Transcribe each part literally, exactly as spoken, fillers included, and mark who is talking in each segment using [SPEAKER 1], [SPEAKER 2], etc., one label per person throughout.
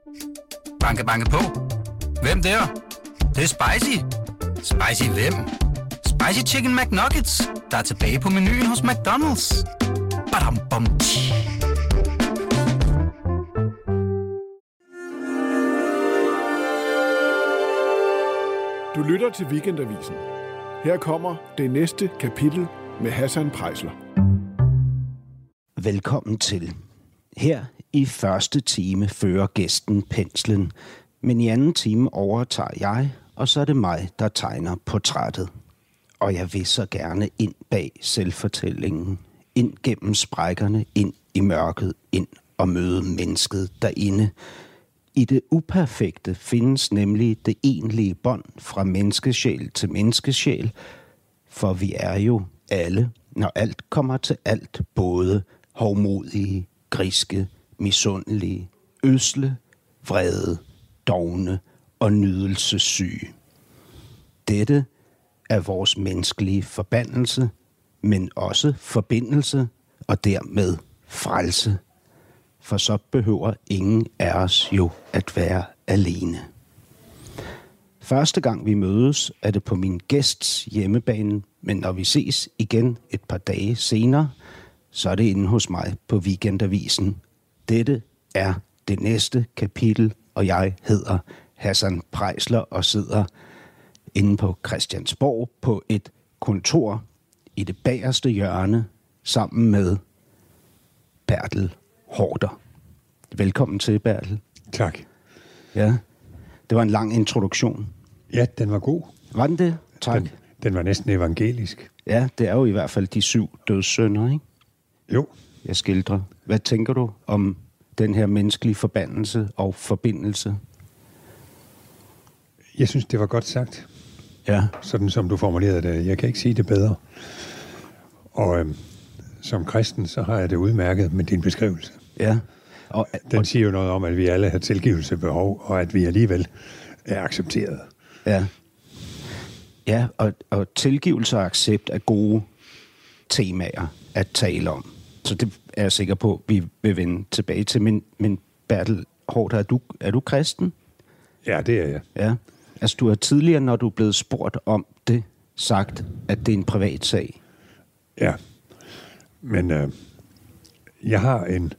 [SPEAKER 1] Banke, banke på. Hvem der? Det, det er spicy. Spicy hvem? Spicy Chicken McNuggets, der er tilbage på menuen hos McDonald's. Badum, bom, tji.
[SPEAKER 2] Du lytter til Weekendavisen. Her kommer det næste kapitel med Hassan Preisler.
[SPEAKER 3] Velkommen til. Her i første time fører gæsten penslen, men i anden time overtager jeg, og så er det mig, der tegner portrættet. Og jeg vil så gerne ind bag selvfortællingen, ind gennem sprækkerne, ind i mørket, ind og møde mennesket derinde. I det uperfekte findes nemlig det egentlige bånd fra menneskesjæl til menneskesjæl, for vi er jo alle, når alt kommer til alt, både hovmodige, griske, misundelige, ødsle, vrede, dovne og nydelsessyge. Dette er vores menneskelige forbandelse, men også forbindelse og dermed frelse. For så behøver ingen af os jo at være alene. Første gang vi mødes, er det på min gæsts hjemmebane, men når vi ses igen et par dage senere, så er det inde hos mig på Weekendavisen. Dette er det næste kapitel, og jeg hedder Hassan Preisler og sidder inde på Christiansborg på et kontor i det bagerste hjørne sammen med Bertel Haarder. Velkommen til, Bertel.
[SPEAKER 4] Tak.
[SPEAKER 3] Ja, det var en lang introduktion.
[SPEAKER 4] Ja, den var god.
[SPEAKER 3] Var den det? Tak.
[SPEAKER 4] Den, den var næsten evangelisk.
[SPEAKER 3] Ja, det er jo i hvert fald de syv dødssynder, ikke?
[SPEAKER 4] Jo.
[SPEAKER 3] Jeg skildrer. Hvad tænker du om den her menneskelige forbandelse og forbindelse?
[SPEAKER 4] Jeg synes, det var godt sagt.
[SPEAKER 3] Ja.
[SPEAKER 4] Sådan som du formulerede det. Jeg kan ikke sige det bedre. Og øhm, som kristen, så har jeg det udmærket med din beskrivelse.
[SPEAKER 3] Ja. Og,
[SPEAKER 4] den
[SPEAKER 3] og,
[SPEAKER 4] siger jo noget om, at vi alle har tilgivelsebehov, og at vi alligevel er accepteret.
[SPEAKER 3] Ja. Ja, og, og tilgivelse og accept er gode temaer at tale om. Så det er jeg sikker på, vi vil vende tilbage til. Men, men Bertel Haarder, er du, er du kristen?
[SPEAKER 4] Ja, det er jeg.
[SPEAKER 3] Ja. Altså, du har tidligere, når du er blevet spurgt om det, sagt, at det er en privat sag.
[SPEAKER 4] Ja. Men øh, jeg har en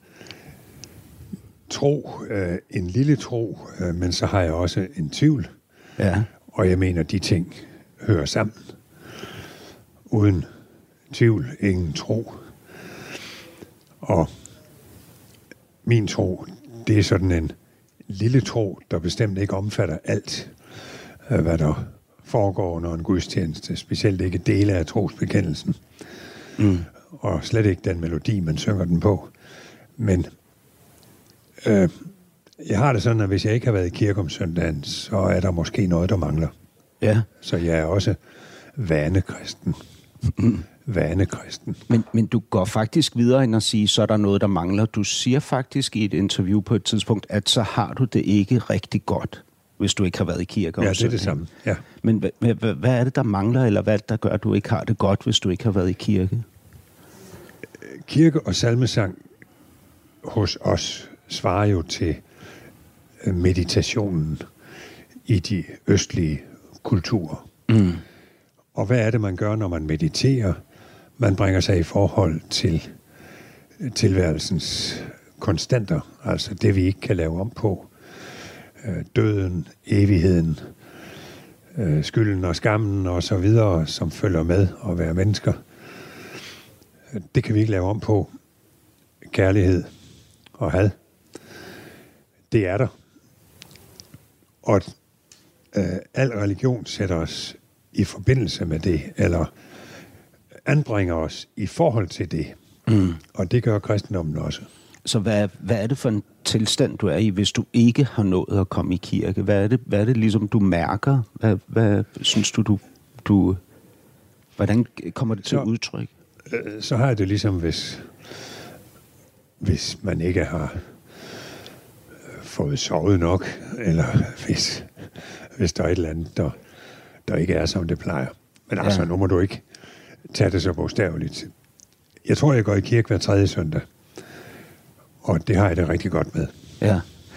[SPEAKER 4] tro, øh, en lille tro, øh, men så har jeg også en tvivl.
[SPEAKER 3] Ja.
[SPEAKER 4] Og jeg mener, de ting hører sammen. Uden tvivl, ingen tro. Og min tro, det er sådan en lille tro, der bestemt ikke omfatter alt, hvad der foregår under en gudstjeneste. Specielt ikke dele af trosbekendelsen. Mm. Og slet ikke den melodi, man synger den på. Men øh, jeg har det sådan, at hvis jeg ikke har været i kirke om søndagen, så er der måske noget, der mangler.
[SPEAKER 3] Ja.
[SPEAKER 4] Så jeg er også vanekristen. Mm. Vanekristen.
[SPEAKER 3] Men, men du går faktisk videre end at sige, så er der noget, der mangler. Du siger faktisk i et interview på et tidspunkt, at så har du det ikke rigtig godt, hvis du ikke har været i kirke.
[SPEAKER 4] Ja, det er det samme. Ja.
[SPEAKER 3] Men hvad, hvad, hvad er det, der mangler, eller hvad er det, der gør, at du ikke har det godt, hvis du ikke har været i kirke?
[SPEAKER 4] Kirke og salmesang hos os svarer jo til meditationen i de østlige kulturer. Mm. Og hvad er det, man gør, når man mediterer? Man bringer sig i forhold til tilværelsens konstanter, altså det, vi ikke kan lave om på. Døden, evigheden, skylden og skammen og så videre, som følger med at være mennesker. Det kan vi ikke lave om på. Kærlighed og had, det er der. Og øh, al religion sætter os i forbindelse med det, eller anbringer os i forhold til det. Mm. Og det gør kristendommen også.
[SPEAKER 3] Så hvad, hvad er det for en tilstand, du er i, hvis du ikke har nået at komme i kirke? Hvad er det, hvad er det ligesom, du mærker? Hvad, hvad synes du, du, du... Hvordan kommer det til så, udtryk?
[SPEAKER 4] Øh, så har jeg det ligesom, hvis, hvis man ikke har fået sovet nok, eller hvis, hvis der er et eller andet, der, der ikke er, som det plejer. Men ja. altså, nu må du ikke tage det så bogstaveligt. Jeg tror, jeg går i kirke hver tredje søndag. Og det har jeg det rigtig godt med.
[SPEAKER 3] Ja.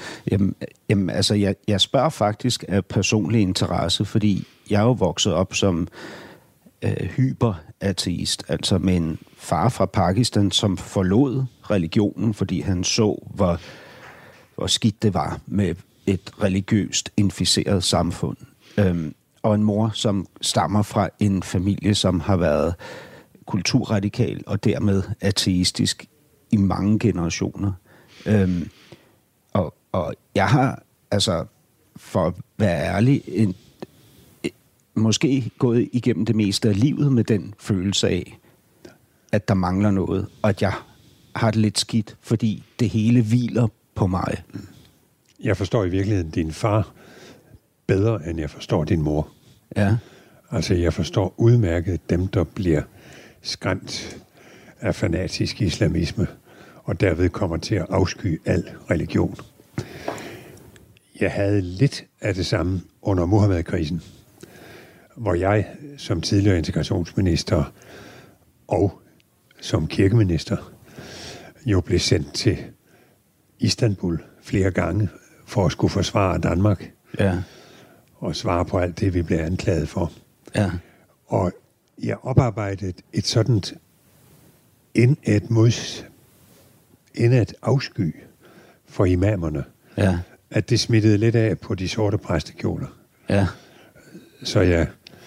[SPEAKER 3] Jamen, jamen altså, jeg, jeg spørger faktisk af personlig interesse, fordi jeg er jo vokset op som øh, hyperateist, altså med en far fra Pakistan, som forlod religionen, fordi han så, hvor, hvor skidt det var med et religiøst inficeret samfund. Øhm, og en mor, som stammer fra en familie, som har været kulturradikal og dermed ateistisk i mange generationer. Øhm, og, og jeg har, altså, for at være ærlig, en, en, måske gået igennem det meste af livet med den følelse af, at der mangler noget, og at jeg har det lidt skidt, fordi det hele hviler på mig.
[SPEAKER 4] Jeg forstår i virkeligheden din far bedre, end jeg forstår din mor.
[SPEAKER 3] Ja.
[SPEAKER 4] Altså, jeg forstår udmærket dem, der bliver skræmt af fanatisk islamisme, og derved kommer til at afsky al religion. Jeg havde lidt af det samme under Muhammed-krisen, hvor jeg som tidligere integrationsminister og som kirkeminister jo blev sendt til Istanbul flere gange for at skulle forsvare Danmark.
[SPEAKER 3] Ja.
[SPEAKER 4] Og svare på alt det, vi blev anklaget for.
[SPEAKER 3] Ja.
[SPEAKER 4] Og jeg oparbejdede et sådan ind et mods, ind et afsky for imamerne,
[SPEAKER 3] Ja.
[SPEAKER 4] at det smittede lidt af på de sorte præstekjoler.
[SPEAKER 3] Ja.
[SPEAKER 4] Så jeg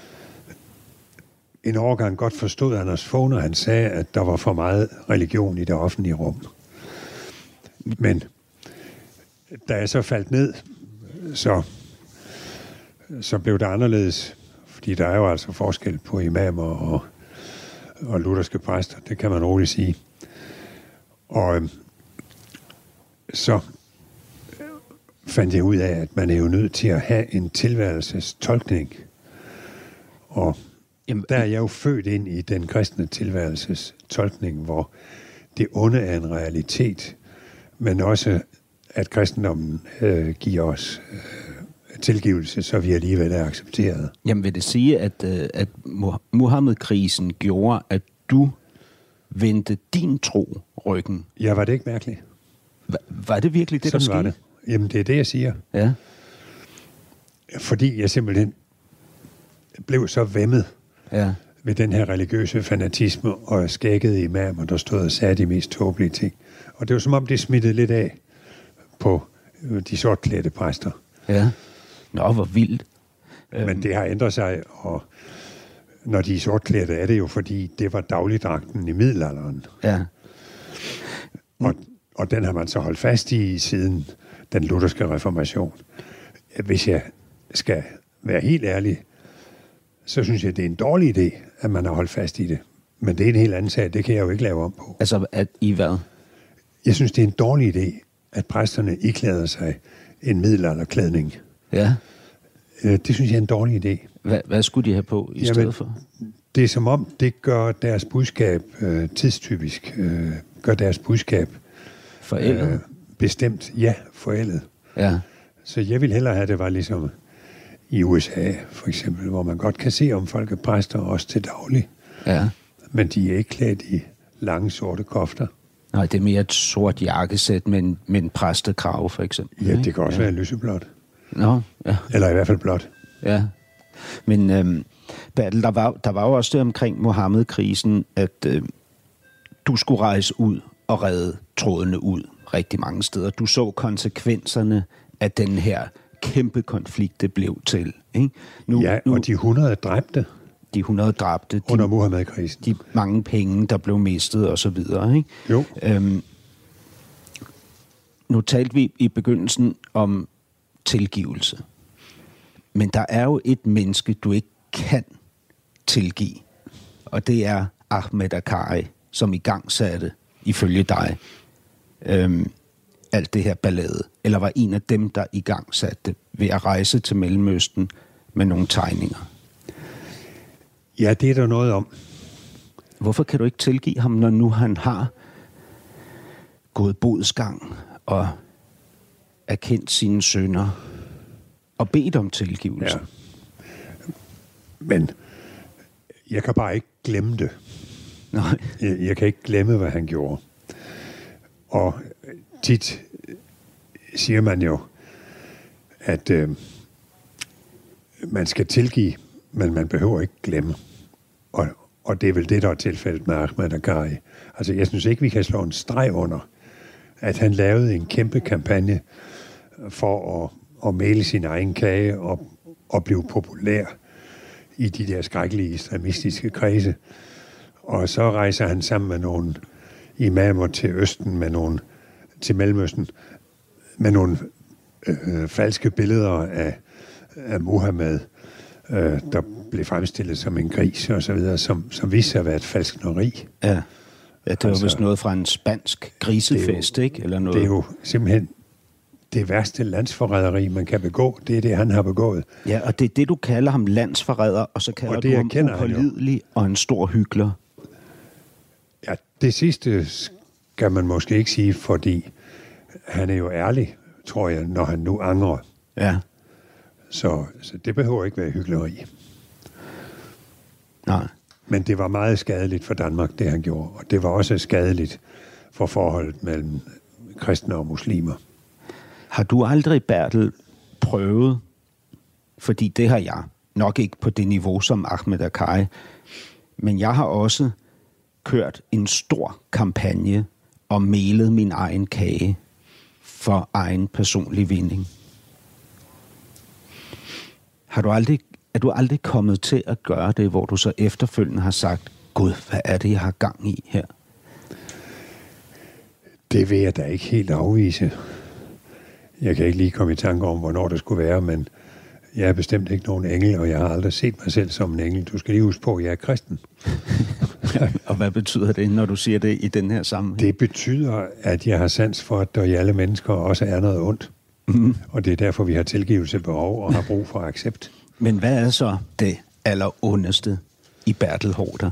[SPEAKER 4] en overgang godt forstod Anders Fogh, når han sagde, at der var for meget religion i det offentlige rum. Men da jeg så faldt ned, så, så blev det anderledes. Fordi der er jo altså forskel på imamer og, og lutherske præster. Det kan man roligt sige. Og øhm, så fandt jeg ud af, at man er jo nødt til at have en tilværelsestolkning. Og Jamen, der er jeg jo født ind i den kristne tilværelsestolkning, hvor det onde er en realitet, men også at kristendommen øh, giver os øh, tilgivelse, så vi alligevel er accepteret.
[SPEAKER 3] Jamen vil det sige, at, øh, at Muhammed-krisen gjorde, at du vendte din tro ryggen?
[SPEAKER 4] Ja, var det ikke mærkeligt?
[SPEAKER 3] Hva, var det virkelig det,
[SPEAKER 4] Sådan
[SPEAKER 3] der skete?
[SPEAKER 4] var det. Jamen, det er det, jeg siger.
[SPEAKER 3] Ja.
[SPEAKER 4] Fordi jeg simpelthen blev så væmmet
[SPEAKER 3] Ja.
[SPEAKER 4] ved den her religiøse fanatisme og skækkede imamer, der stod og sagde de mest tåbelige ting. Og det var som om, det smittede lidt af på de sortklædte præster.
[SPEAKER 3] Ja. Nå, hvor vildt.
[SPEAKER 4] Men det har ændret sig, og når de er sortklædte, er det jo, fordi det var dagligdragten i middelalderen.
[SPEAKER 3] Ja.
[SPEAKER 4] Og, og den har man så holdt fast i siden den lutherske reformation. Hvis jeg skal være helt ærlig, så synes jeg, det er en dårlig idé, at man har holdt fast i det. Men det er en helt anden sag, det kan jeg jo ikke lave om på.
[SPEAKER 3] Altså, at I hvad?
[SPEAKER 4] Jeg synes, det er en dårlig idé, at præsterne iklæder sig en middelalderklædning.
[SPEAKER 3] Ja.
[SPEAKER 4] Det synes jeg er en dårlig idé.
[SPEAKER 3] Hvad, hvad skulle de have på i
[SPEAKER 4] Jamen,
[SPEAKER 3] stedet for?
[SPEAKER 4] Det er som om, det gør deres budskab øh, tidstypisk, øh, gør deres budskab
[SPEAKER 3] Forældet?
[SPEAKER 4] øh, bestemt, ja, forældet.
[SPEAKER 3] Ja.
[SPEAKER 4] Så jeg vil hellere have, det var ligesom i U S A, for eksempel, hvor man godt kan se, om folk er præster også til daglig.
[SPEAKER 3] Ja.
[SPEAKER 4] Men de er ikke klædt i lange sorte kofter.
[SPEAKER 3] Nej, det er mere et sort jakkesæt med en, med en præstekrave, for eksempel.
[SPEAKER 4] Ja, det kan også
[SPEAKER 3] ja.
[SPEAKER 4] være lyseblåt.
[SPEAKER 3] Nå, ja.
[SPEAKER 4] Eller i hvert fald blåt.
[SPEAKER 3] Ja. Men øhm, Bertel, der var, der var jo også det omkring Muhammed-krisen, at øh, du skulle rejse ud og redde trådene ud rigtig mange steder. Du så konsekvenserne af den her kæmpe konflikt, det blev til. Ikke? Nu,
[SPEAKER 4] Ja,
[SPEAKER 3] nu,
[SPEAKER 4] og de hundrede dræbte
[SPEAKER 3] de hundrede dræbte, de,
[SPEAKER 4] under Muhammed-krisen.
[SPEAKER 3] de mange penge, der blev mistet og så videre. Ikke?
[SPEAKER 4] Jo.
[SPEAKER 3] Øhm, nu talte vi i begyndelsen om tilgivelse. Men der er jo et menneske, du ikke kan tilgive. Og det er Ahmed Akkari, som i gang satte, ifølge dig, øhm, alt det her ballade. Eller var en af dem, der i gang satte det ved at rejse til Mellemøsten med nogle tegninger.
[SPEAKER 4] Ja, det er der noget om.
[SPEAKER 3] Hvorfor kan du ikke tilgive ham, når nu han har gået bodsgang og erkendt sine synder og bedt om tilgivelse?
[SPEAKER 4] Ja. Men jeg kan bare ikke glemme det.
[SPEAKER 3] Nej.
[SPEAKER 4] Jeg, jeg kan ikke glemme, hvad han gjorde. Og tit siger man jo, at øh, man skal tilgive, men man behøver ikke glemme. Og, og det er vel det, der er tilfældet med Ahmed Akkari. Altså, jeg synes ikke, vi kan slå en streg under, at han lavede en kæmpe kampagne for at, at male sin egen kage og, og blive populær i de der skrækkelige islamistiske kredse. Og så rejser han sammen med nogle imamer til Østen, med nogle, til Mellemøsten, med nogle øh, falske billeder af, af Muhammed, øh, der blev fremstillet som en gris og så videre, som, som viste sig at være et falskneri.
[SPEAKER 3] Ja, ja det var altså, vist noget fra en spansk grisefest,
[SPEAKER 4] jo,
[SPEAKER 3] ikke? Eller noget.
[SPEAKER 4] Det er jo simpelthen det værste landsforræderi, man kan begå. Det er det, han har begået.
[SPEAKER 3] Ja, og det er det, du kalder ham landsforræder, og så kalder og det, du ham upålidelig og en stor hykler.
[SPEAKER 4] Ja, det sidste skal man måske ikke sige, fordi han er jo ærlig, tror jeg, når han nu angrer.
[SPEAKER 3] Ja.
[SPEAKER 4] Så, så det behøver ikke være hykleri.
[SPEAKER 3] Nej.
[SPEAKER 4] Men det var meget skadeligt for Danmark, det han gjorde. Og det var også skadeligt for forholdet mellem kristne og muslimer.
[SPEAKER 3] Har du aldrig, Bertel, prøvet, fordi det har jeg, nok ikke på det niveau som Ahmed Akkari, men jeg har også kørt en stor kampagne og melet min egen kage for egen personlig vinding. Har du aldrig, er du aldrig kommet til at gøre det, hvor du så efterfølgende har sagt, Gud, hvad er det, jeg har gang i her?
[SPEAKER 4] Det vil jeg da ikke helt afvise. Jeg kan ikke lige komme i tanke om, hvornår det skulle være, men jeg er bestemt ikke nogen engel, og jeg har aldrig set mig selv som en engel. Du skal lige huske på, at jeg er kristen.
[SPEAKER 3] Og hvad betyder det, når du siger det i den her sammenhæng?
[SPEAKER 4] Det betyder, at jeg har sans for, at der i alle mennesker også er noget ondt. Mm. Og det er derfor, vi har tilgivelse behov og har brug for accept.
[SPEAKER 3] Men hvad er så det allerondeste i Bertel Haarder?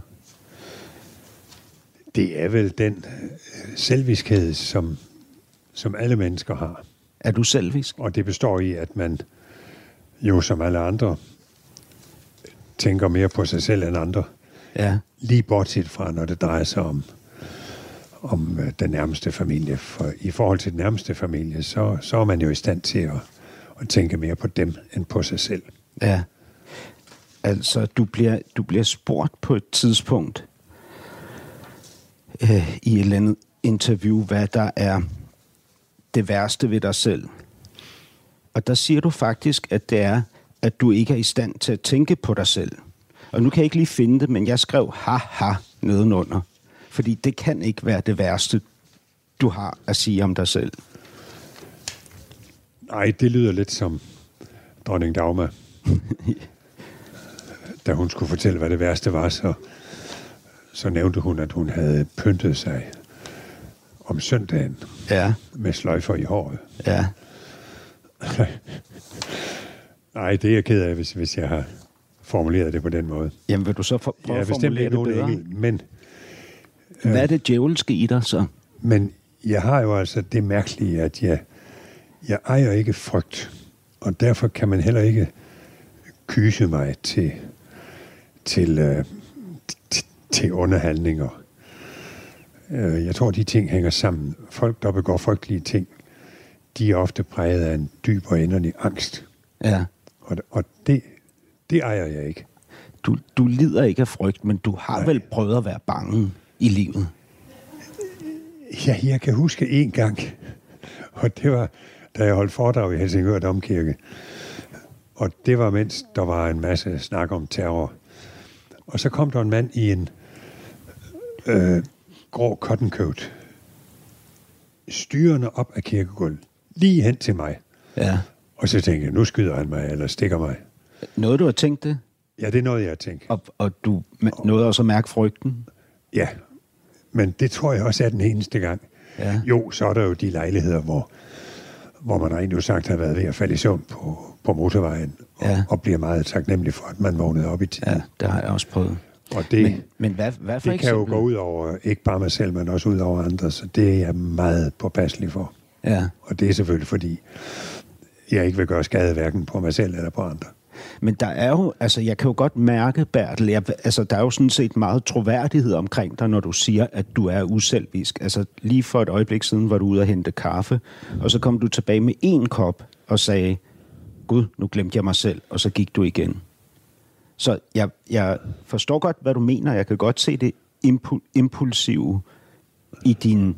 [SPEAKER 4] Det er vel den selviskhed, som, som alle mennesker har.
[SPEAKER 3] Er du selvisk?
[SPEAKER 4] Og det består i, at man jo som alle andre tænker mere på sig selv end andre.
[SPEAKER 3] Ja.
[SPEAKER 4] Lige bortset fra, når det drejer sig om, om den nærmeste familie. For i forhold til den nærmeste familie, så, så er man jo i stand til at, at tænke mere på dem end på sig selv.
[SPEAKER 3] Ja. Altså, du bliver, du bliver spurgt på et tidspunkt øh, i et eller andet interview, hvad der er det værste ved dig selv. Og der siger du faktisk, at det er, at du ikke er i stand til at tænke på dig selv. Og nu kan jeg ikke lige finde det, men jeg skrev ha-ha nedenunder. Fordi det kan ikke være det værste, du har at sige om dig selv.
[SPEAKER 4] Nej, det lyder lidt som dronning Dagmar. Da hun skulle fortælle, hvad det værste var, så, så nævnte hun, at hun havde pyntet sig om søndagen.
[SPEAKER 3] Ja.
[SPEAKER 4] Med sløjfer i håret.
[SPEAKER 3] Ja. Nej,
[SPEAKER 4] det er jeg ked af, hvis, hvis jeg har formuleret det på den måde.
[SPEAKER 3] Jamen, vil du så for, prøve
[SPEAKER 4] ja,
[SPEAKER 3] at formulere det bedre? Engel,
[SPEAKER 4] men,
[SPEAKER 3] Hvad er det djævelske i dig så?
[SPEAKER 4] Men jeg har jo altså det mærkelige, at jeg, jeg ejer ikke frygt, og derfor kan man heller ikke kyse mig til, til, øh, til, til underhandlinger. Jeg tror, de ting hænger sammen. Folk, der begår frygtelige ting, de er ofte præget af en dyb og inderlig angst.
[SPEAKER 3] Ja.
[SPEAKER 4] Og, og det, det ejer jeg ikke.
[SPEAKER 3] Du, du lider ikke af frygt, men du har Nej. vel prøvet at være bange i livet?
[SPEAKER 4] Ja, jeg kan huske en gang, og det var, da jeg holdt foredrag i Helsingør Domkirke. Og det var, mens der var en masse snak om terror. Og så kom der en mand i en øh, grå cotton coat, styrende op af kirkegulvet, lige hen til mig.
[SPEAKER 3] Ja.
[SPEAKER 4] Og så tænkte jeg, nu skyder han mig, eller stikker mig.
[SPEAKER 3] Noget du har tænkt det?
[SPEAKER 4] Ja, det er noget, jeg har tænkt.
[SPEAKER 3] Og, og du nåede også at mærke frygten?
[SPEAKER 4] Ja, men det tror jeg også er den eneste gang.
[SPEAKER 3] Ja.
[SPEAKER 4] Jo, så er der jo de lejligheder, hvor, hvor man rent sagt har været ved at falde i søvn på, på motorvejen, og,
[SPEAKER 3] ja.
[SPEAKER 4] og bliver meget taknemmelig for, at man vågnede op i tiden.
[SPEAKER 3] Ja, det har jeg også prøvet.
[SPEAKER 4] Og det,
[SPEAKER 3] men, men hvad, hvad for
[SPEAKER 4] det kan jo gå ud over, ikke bare mig selv, men også ud over andre, så det er jeg meget påpasselig for.
[SPEAKER 3] Ja.
[SPEAKER 4] Og det er selvfølgelig, fordi jeg ikke vil gøre skade hverken på mig selv eller på andre.
[SPEAKER 3] Men der er jo, altså jeg kan jo godt mærke, Bertel, jeg, altså der er jo sådan set meget troværdighed omkring dig, når du siger, at du er uselvisk. Altså lige for et øjeblik siden var du ude at hente kaffe, og så kom du tilbage med én kop og sagde, Gud, nu glemte jeg mig selv, og så gik du igen. Så jeg, jeg forstår godt, hvad du mener. Jeg kan godt se det impul- impulsive i din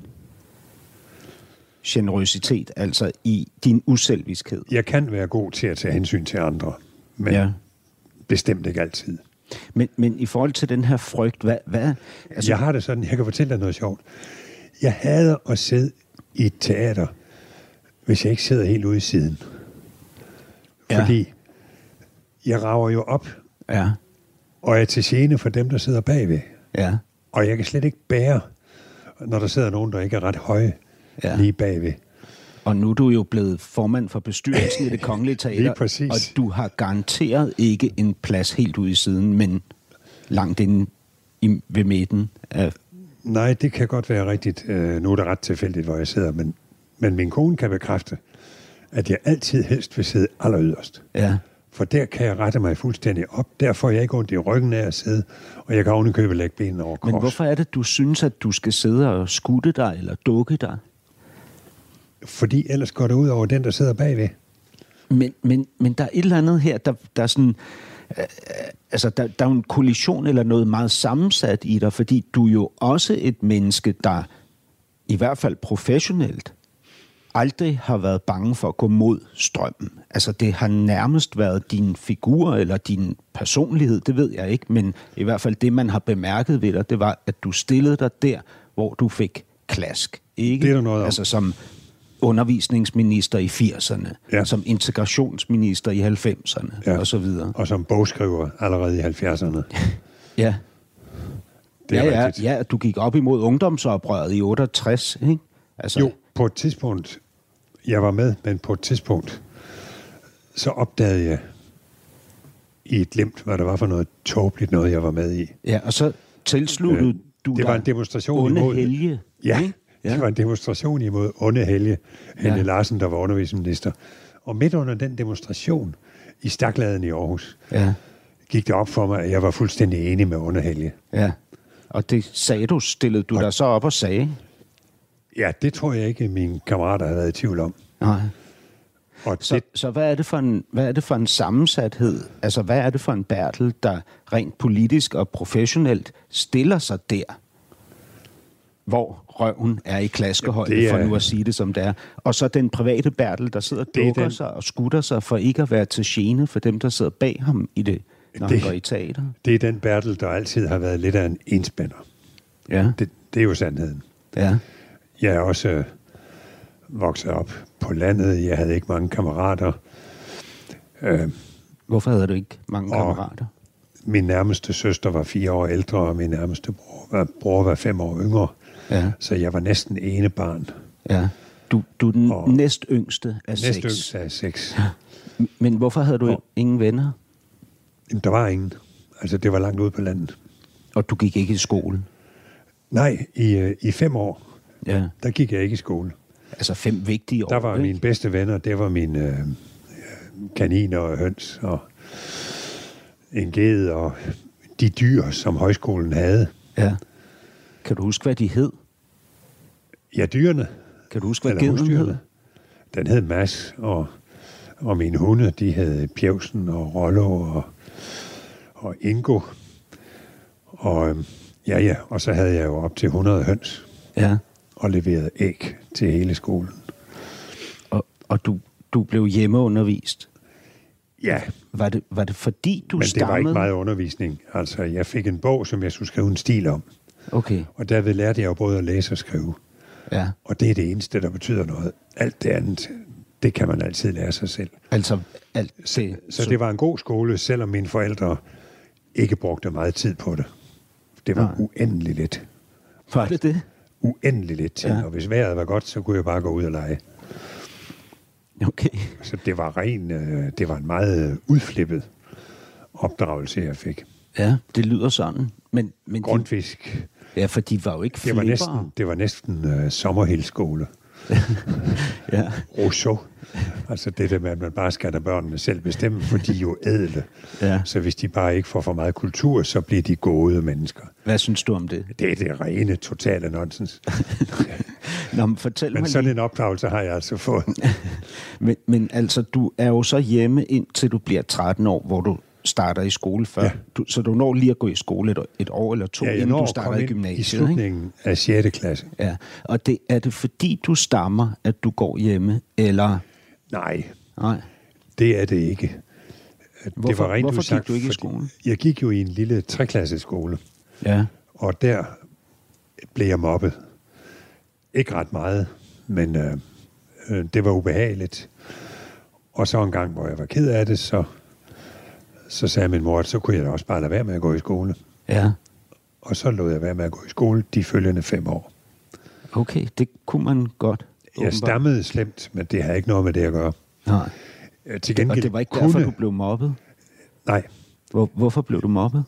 [SPEAKER 3] generøsitet, altså i din uselviskhed.
[SPEAKER 4] Jeg kan være god til at tage hensyn til andre, men ja. bestemt ikke altid.
[SPEAKER 3] Men, men i forhold til den her frygt, hvad... hvad
[SPEAKER 4] altså... Jeg har det sådan, jeg kan fortælle dig noget sjovt. Jeg hader at sidde i et teater, hvis jeg ikke sidder helt ude i siden. Ja. Fordi jeg rager jo op,
[SPEAKER 3] ja.
[SPEAKER 4] og er til gene for dem, der sidder bagved.
[SPEAKER 3] Ja.
[SPEAKER 4] Og jeg kan slet ikke bære, når der sidder nogen, der ikke er ret høje, ja. lige bagved.
[SPEAKER 3] Og nu er du jo blevet formand for bestyrelsen i Det Kongelige Teater, og du har garanteret ikke en plads helt ude i siden, men langt inde i, ved midten af...
[SPEAKER 4] Nej, det kan godt være rigtigt. Uh, nu er det ret tilfældigt, hvor jeg sidder, men, men min kone kan bekræfte, at jeg altid helst vil sidde alleryderst.
[SPEAKER 3] Ja.
[SPEAKER 4] For der kan jeg rette mig fuldstændig op. Der får jeg ikke ondt i ryggen af at sidde, og jeg kan ovenikøbet lægge benene over kors.
[SPEAKER 3] Men hvorfor er det, du synes, at du skal sidde og skutte dig eller dukke dig?
[SPEAKER 4] Fordi ellers går det ud over den, der sidder bagved.
[SPEAKER 3] Men, men, men der er et eller andet her, der, der er sådan... Øh, altså, der, der er en kollision eller noget meget sammensat i dig, fordi du er jo også et menneske, der i hvert fald professionelt aldrig har været bange for at gå mod strømmen. Altså, det har nærmest været din figur eller din personlighed, det ved jeg ikke, men i hvert fald det, man har bemærket ved dig, det var, at du stillede dig der, hvor du fik klask. Ikke?
[SPEAKER 4] Det er der noget om.
[SPEAKER 3] Altså, som undervisningsminister i firserne, ja. Som integrationsminister i halvfemserne, ja. Og så videre.
[SPEAKER 4] Og som bogskriver allerede i halvfjerdserne.
[SPEAKER 3] Ja.
[SPEAKER 4] Det er
[SPEAKER 3] ja,
[SPEAKER 4] rigtigt.
[SPEAKER 3] ja, ja, du gik op imod ungdomsoprøret i otteogtres, ikke? Altså...
[SPEAKER 4] Jo, på et tidspunkt, jeg var med, men på et tidspunkt, så opdagede jeg i et glimt, hvad der var for noget tåbeligt noget, jeg var med i.
[SPEAKER 3] Ja, og så tilsluttede øh, du
[SPEAKER 4] det var en demonstration imod...
[SPEAKER 3] Helge.
[SPEAKER 4] Ja, ja, det var en demonstration imod onde Helge, Helge ja. Larsen, der var undervisningsminister. Og midt under den demonstration i Stakladen i Aarhus, ja. Gik det op for mig, at jeg var fuldstændig enig med onde Helge.
[SPEAKER 3] Ja, og det sagde du, stillede du og, dig så op og sagde?
[SPEAKER 4] Ja, det tror jeg ikke, mine kammerater har været i tvivl om.
[SPEAKER 3] Nej.
[SPEAKER 4] Og
[SPEAKER 3] så,
[SPEAKER 4] det...
[SPEAKER 3] så hvad er det for en hvad er det for en sammensathed? Altså hvad er det for en Bertel, der rent politisk og professionelt stiller sig der, hvor røven er i klaskehøjde, ja, er... for nu at sige det som det er, og så den private Bertel, der sidder og dukker den... sig og skutter sig for ikke at være til gene for dem, der sidder bag ham i det, når det, han går i teater.
[SPEAKER 4] Det er den Bertel, der altid har været lidt af en enspænder.
[SPEAKER 3] Ja.
[SPEAKER 4] Det, det er jo sandheden.
[SPEAKER 3] Ja.
[SPEAKER 4] Jeg er også øh, vokset op på landet. Jeg havde ikke mange kammerater.
[SPEAKER 3] Øh, Hvorfor havde du ikke mange kammerater?
[SPEAKER 4] Min nærmeste søster var fire år ældre, og min nærmeste bror var, bror var fem år yngre. Ja. Så jeg var næsten ene barn.
[SPEAKER 3] Ja. Du, du er den og næst yngste af
[SPEAKER 4] næst
[SPEAKER 3] seks.
[SPEAKER 4] Næst yngste af seks.
[SPEAKER 3] Ja. Men hvorfor havde du og, ingen venner?
[SPEAKER 4] Jamen, der var ingen. Altså, det var langt ude på landet.
[SPEAKER 3] Og du gik ikke i skole?
[SPEAKER 4] Nej, i, i fem år.
[SPEAKER 3] Ja.
[SPEAKER 4] Der gik jeg ikke i skole.
[SPEAKER 3] Altså fem vigtige år,
[SPEAKER 4] der var
[SPEAKER 3] ikke?
[SPEAKER 4] Mine bedste venner, det var mine øh, kaniner og høns og en ged og de dyr, som højskolen havde.
[SPEAKER 3] Ja. Kan du huske, hvad de hed?
[SPEAKER 4] Ja, dyrene.
[SPEAKER 3] Kan du huske, hvad geden hed?
[SPEAKER 4] Den hed Mads, og, og mine hunde, de hed Pjevsen og Rollo og, og Ingo. Og ja, ja, og så havde jeg jo op til hundrede høns.
[SPEAKER 3] Ja.
[SPEAKER 4] Og leverede æg til hele skolen.
[SPEAKER 3] Og, og du, du blev hjemmeundervist?
[SPEAKER 4] Ja.
[SPEAKER 3] Var det, var det fordi, du
[SPEAKER 4] Men
[SPEAKER 3] stammede?
[SPEAKER 4] Men det var ikke meget undervisning. Altså, jeg fik en bog, som jeg skulle skrive en stil om.
[SPEAKER 3] Okay.
[SPEAKER 4] Og derved lærte jeg jo både at læse og skrive.
[SPEAKER 3] Ja.
[SPEAKER 4] Og det er det eneste, der betyder noget. Alt det andet, det kan man altid lære sig selv.
[SPEAKER 3] Altså, alt det,
[SPEAKER 4] så, så, så det var en god skole, selvom mine forældre ikke brugte meget tid på det. Det var Nej. uendelig lidt.
[SPEAKER 3] Var det det?
[SPEAKER 4] Uendelig lidt tid. Ja. Og hvis vejret var godt, så kunne jeg bare gå ud og lege.
[SPEAKER 3] Okay.
[SPEAKER 4] Så det var ren, øh, det var en meget udflippet opdragelse, jeg fik.
[SPEAKER 3] Ja, det lyder sådan. Men, men
[SPEAKER 4] Grundfisk.
[SPEAKER 3] De, ja, for de var jo ikke
[SPEAKER 4] det var næsten, det var næsten øh, sommerhildskole.
[SPEAKER 3] Ja.
[SPEAKER 4] Rousseau. Altså det der med, at man bare skal lade børnene selv bestemme, for de er jo ædle.
[SPEAKER 3] Ja.
[SPEAKER 4] Så hvis de bare ikke får for meget kultur, så bliver de gode mennesker.
[SPEAKER 3] Hvad synes du om det?
[SPEAKER 4] Det er det rene, totale nonsens.
[SPEAKER 3] Nå, men fortæl
[SPEAKER 4] Men
[SPEAKER 3] mig
[SPEAKER 4] sådan
[SPEAKER 3] lige.
[SPEAKER 4] en opdragelse har jeg altså fået.
[SPEAKER 3] Men, men altså, du er jo så hjemme indtil du bliver tretten år, hvor du starter i skole før.
[SPEAKER 4] Ja.
[SPEAKER 3] Du, så du når lige at gå i skole et, et år eller to,
[SPEAKER 4] Ja, jeg
[SPEAKER 3] inden
[SPEAKER 4] når
[SPEAKER 3] du
[SPEAKER 4] at
[SPEAKER 3] starter
[SPEAKER 4] komme
[SPEAKER 3] i
[SPEAKER 4] ind
[SPEAKER 3] gymnasiet.
[SPEAKER 4] i slutningen ikke? af sjette klasse.
[SPEAKER 3] Ja, og det, er det fordi, du stammer, at du går hjemme, eller...
[SPEAKER 4] Nej,
[SPEAKER 3] Nej.
[SPEAKER 4] det er det ikke.
[SPEAKER 3] Hvorfor,
[SPEAKER 4] det var rent
[SPEAKER 3] hvorfor
[SPEAKER 4] usagt,
[SPEAKER 3] gik du ikke i
[SPEAKER 4] fordi
[SPEAKER 3] skole?
[SPEAKER 4] Jeg gik jo i en lille treklasseskole,
[SPEAKER 3] Ja.
[SPEAKER 4] og der blev jeg mobbet. Ikke ret meget, men øh, øh, det var ubehageligt. Og så en gang, hvor jeg var ked af det, så, så sagde min mor, at så kunne jeg da også bare lade være med at gå i skole.
[SPEAKER 3] Ja.
[SPEAKER 4] Og så lod jeg være med at gå i skole de følgende fem år.
[SPEAKER 3] Okay, det kunne man godt.
[SPEAKER 4] Jeg
[SPEAKER 3] åbenbart.
[SPEAKER 4] stammede slemt, men det havde ikke noget med det at gøre.
[SPEAKER 3] Nej.
[SPEAKER 4] Øh, Til gengæld
[SPEAKER 3] Og det var ikke
[SPEAKER 4] kunne...
[SPEAKER 3] derfor, du blev mobbet?
[SPEAKER 4] Nej,
[SPEAKER 3] Hvor, hvorfor blev du mobbet?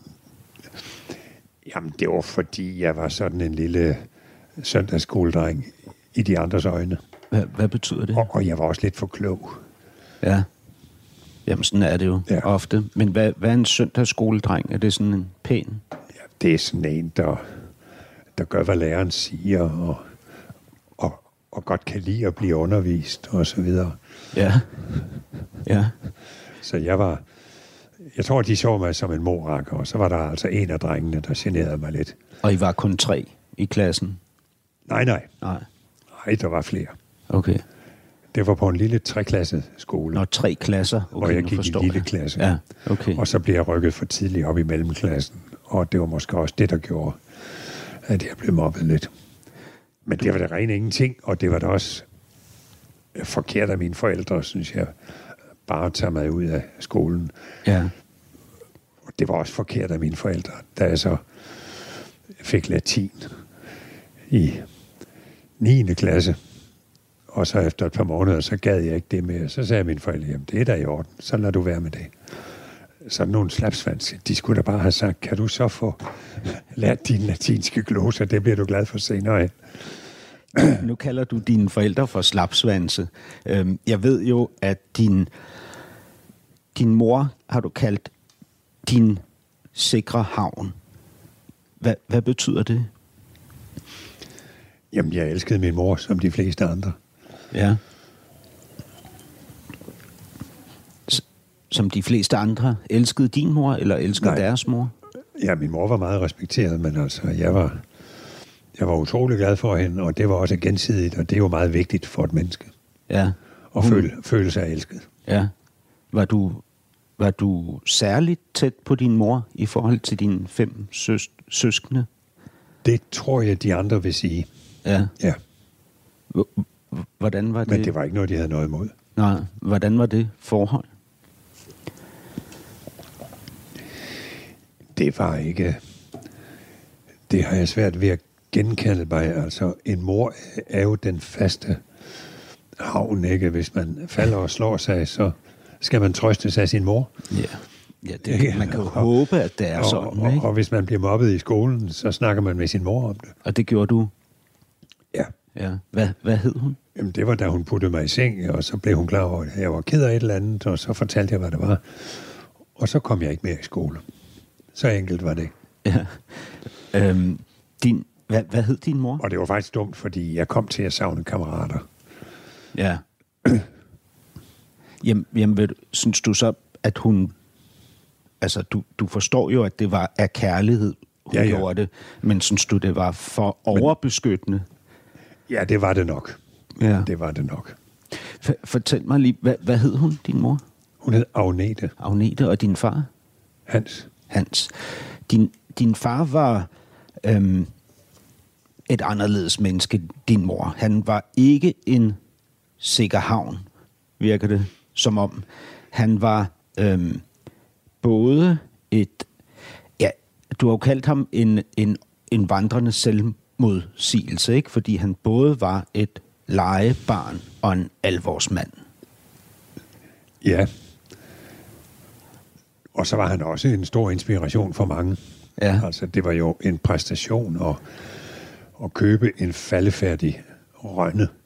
[SPEAKER 4] jamen det var fordi, jeg var sådan en lille søndagsskoledreng i de andres øjne.
[SPEAKER 3] Hvad, hvad betyder det?
[SPEAKER 4] Og, og jeg var også lidt for klog.
[SPEAKER 3] Ja. Jamen, sådan er det jo
[SPEAKER 4] Ja.
[SPEAKER 3] ja. ofte. Men hvad, hvad er en søndagsskoledreng? Er det sådan en pæn?
[SPEAKER 4] Ja, det er sådan en, der, der gør, hvad læreren siger, og, og, og godt kan lide at blive undervist, og så videre.
[SPEAKER 3] Ja. Ja.
[SPEAKER 4] Så jeg var... Jeg tror, de så mig som en morakker, og så var der altså en af drengene, der generede mig lidt.
[SPEAKER 3] Og I var kun tre i klassen?
[SPEAKER 4] Nej, nej.
[SPEAKER 3] Nej.
[SPEAKER 4] Nej, der var flere.
[SPEAKER 3] Okay.
[SPEAKER 4] Det var på en lille treklasses-skole,
[SPEAKER 3] Når tre klasser? Okay,
[SPEAKER 4] hvor jeg
[SPEAKER 3] nu
[SPEAKER 4] gik i
[SPEAKER 3] forstår
[SPEAKER 4] lille
[SPEAKER 3] jeg.
[SPEAKER 4] klasse.
[SPEAKER 3] Ja, okay.
[SPEAKER 4] Og så blev jeg rykket for tidligt op i mellemklassen, og det var måske også det, der gjorde, at jeg blev mobbet lidt. Men det var det rene ingenting, og det var da også forkert af mine forældre, synes jeg, bare at tage mig ud af skolen.
[SPEAKER 3] Ja.
[SPEAKER 4] Og det var også forkert af mine forældre, da jeg så fik latin i niende klasse. Og så efter et par måneder, så gad jeg ikke det mere. Så sagde mine forældre, jamen det er da i orden, så lad du være med det. Sådan nogle slapsvans, de skulle da bare have sagt, kan du så få lært din latinske gloser, det bliver du glad for senere af.
[SPEAKER 3] Nu kalder du dine forældre for slapsvanse. Øhm, Jeg ved jo, at din, din mor har du kaldt din sikre havn. Hvad, hvad betyder det?
[SPEAKER 4] Jamen, jeg elskede min mor, som de fleste andre.
[SPEAKER 3] Ja. S- Som de fleste andre. Elskede din mor, eller elskede
[SPEAKER 4] Nej.
[SPEAKER 3] deres mor?
[SPEAKER 4] Ja, min mor var meget respekteret, men altså, jeg var, jeg var utrolig glad for hende, og det var også gensidigt, og det er jo meget vigtigt for et menneske,
[SPEAKER 3] Ja.
[SPEAKER 4] at
[SPEAKER 3] Hun-
[SPEAKER 4] føle, føle sig elsket.
[SPEAKER 3] Ja. Var du, var du særligt tæt på din mor i forhold til dine fem søs- søskende?
[SPEAKER 4] Det tror jeg, de andre vil sige.
[SPEAKER 3] Ja.
[SPEAKER 4] Ja,
[SPEAKER 3] H- h- Hvordan var det?
[SPEAKER 4] men det var ikke noget, de havde noget imod.
[SPEAKER 3] Nej, hvordan var det forhold?
[SPEAKER 4] Det var ikke... Det har jeg svært ved at genkalde mig. Altså, en mor er jo den faste havn, ikke? Hvis man falder og slår sig, så skal man trøste sig af sin mor.
[SPEAKER 3] Ja. Ja, det, man kan jo håbe, at det er
[SPEAKER 4] og,
[SPEAKER 3] sådan,
[SPEAKER 4] og,
[SPEAKER 3] ikke?
[SPEAKER 4] og hvis man bliver mobbet i skolen, så snakker man med sin mor om det.
[SPEAKER 3] Og det gjorde du?
[SPEAKER 4] Ja.
[SPEAKER 3] Ja. Hvad, hvad hed hun?
[SPEAKER 4] Jamen, det var, da hun puttede mig i seng, og så blev hun klar over, at jeg var ked af et eller andet, og så fortalte jeg, hvad det var. Og så kom jeg ikke mere i skole. Så enkelt var det.
[SPEAKER 3] Ja. Øhm, din, hvad, hvad hed din mor?
[SPEAKER 4] Og det var faktisk dumt, fordi jeg kom til at savne kammerater.
[SPEAKER 3] Ja. Jamen, jamen ved du, synes du så, at hun... Altså, du, du forstår jo, at det var af kærlighed, hun
[SPEAKER 4] Ja, ja.
[SPEAKER 3] gjorde det. Men synes du, det var for overbeskyttende?
[SPEAKER 4] Ja, det var det nok.
[SPEAKER 3] Ja.
[SPEAKER 4] Det var det nok.
[SPEAKER 3] For, fortæl mig lige, hvad, hvad hed hun, din mor?
[SPEAKER 4] Hun hed Agnete
[SPEAKER 3] Agnete, og din far?
[SPEAKER 4] Hans.
[SPEAKER 3] Hans. Din, din far var øhm, et anderledes menneske, end din mor. Han var ikke en sikker havn, virker det som om. Han var øhm, både et... Ja, du har jo kaldt ham en, en, en vandrende selvmodsigelse, ikke? Fordi han både var et legebarn og en alvorsmand.
[SPEAKER 4] Ja. Og så var han også en stor inspiration for mange.
[SPEAKER 3] Ja.
[SPEAKER 4] Altså, det var jo en præstation at, at købe en faldefærdig rønne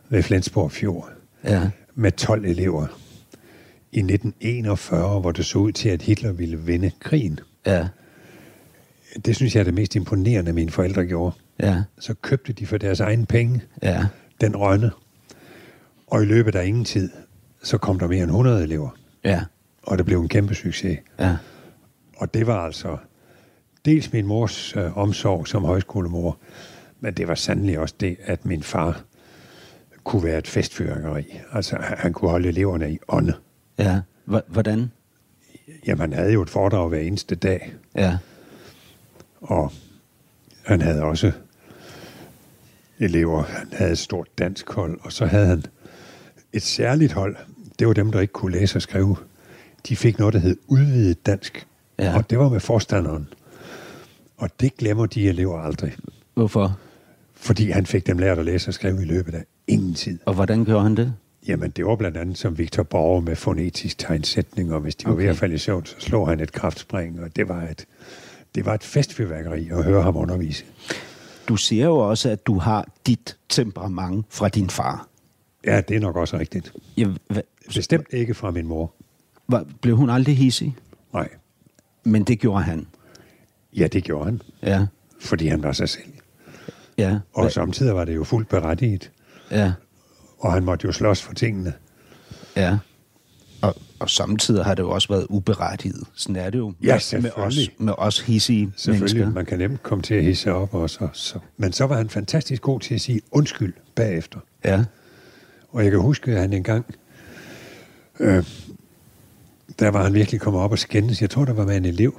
[SPEAKER 4] ved Flensborg Fjord
[SPEAKER 3] Ja.
[SPEAKER 4] med tolv elever i nitten enogfyrre, hvor det så ud til, at Hitler ville vinde krigen.
[SPEAKER 3] Ja.
[SPEAKER 4] Det synes jeg er det mest imponerende, mine forældre gjorde.
[SPEAKER 3] Ja.
[SPEAKER 4] Så købte de for deres egen penge
[SPEAKER 3] Ja.
[SPEAKER 4] den rønne, og i løbet af ingen tid, så kom der mere end hundrede elever,
[SPEAKER 3] Ja.
[SPEAKER 4] og det blev en kæmpe succes.
[SPEAKER 3] Ja.
[SPEAKER 4] Og det var altså dels min mors øh, omsorg som højskolemor, men det var sandelig også det, at min far kunne være et festfyrværkeri. Altså, han kunne holde eleverne i ånde.
[SPEAKER 3] Ja. H- hvordan?
[SPEAKER 4] Jamen, han havde jo et foredrag hver eneste dag,
[SPEAKER 3] Ja.
[SPEAKER 4] og han havde også elever. Han havde et stort dansk hold, og så havde han et særligt hold. Det var dem, der ikke kunne læse og skrive. De fik noget, der hed udvidet dansk,
[SPEAKER 3] Ja.
[SPEAKER 4] og det var med forstanderen. Og det glemmer de elever aldrig,
[SPEAKER 3] Hvorfor?
[SPEAKER 4] fordi han fik dem lært at læse og skrive i løbet af ingen tid.
[SPEAKER 3] Og hvordan gjorde han det?
[SPEAKER 4] Jamen, det var blandt andet som Victor Borge med fonetisk tegnsætning, og hvis de var
[SPEAKER 3] Okay.
[SPEAKER 4] ved at falde i søvn, så slog han et kraftspring, og det var et, det var et festfyrværkeri at høre ham undervise.
[SPEAKER 3] Du siger jo også, at du har dit temperament fra din far.
[SPEAKER 4] Ja, det er nok også rigtigt.
[SPEAKER 3] Ja, hva,
[SPEAKER 4] Bestemt ikke fra min mor.
[SPEAKER 3] hva, blev hun aldrig hissig?
[SPEAKER 4] Nej.
[SPEAKER 3] Men det gjorde han.
[SPEAKER 4] Ja, det gjorde han,
[SPEAKER 3] Ja.
[SPEAKER 4] fordi han var sig selv.
[SPEAKER 3] Ja.
[SPEAKER 4] Og samtidig var det jo fuldt berettiget,
[SPEAKER 3] Ja.
[SPEAKER 4] og han måtte jo slås for tingene.
[SPEAKER 3] Ja. Og, og samtidig har det jo også været uberettiget. Sådan er det jo
[SPEAKER 4] Ja,
[SPEAKER 3] med,
[SPEAKER 4] selvfølgelig.
[SPEAKER 3] os, med os hissige
[SPEAKER 4] Selvfølgelig,
[SPEAKER 3] mennesker.
[SPEAKER 4] man kan nemt komme til at hisse op også. Så. Men så var han fantastisk god til at sige undskyld bagefter.
[SPEAKER 3] Ja.
[SPEAKER 4] Og jeg kan huske, at han engang, øh, der var han virkelig kommet op og skændes. Jeg tror, der var med en elev.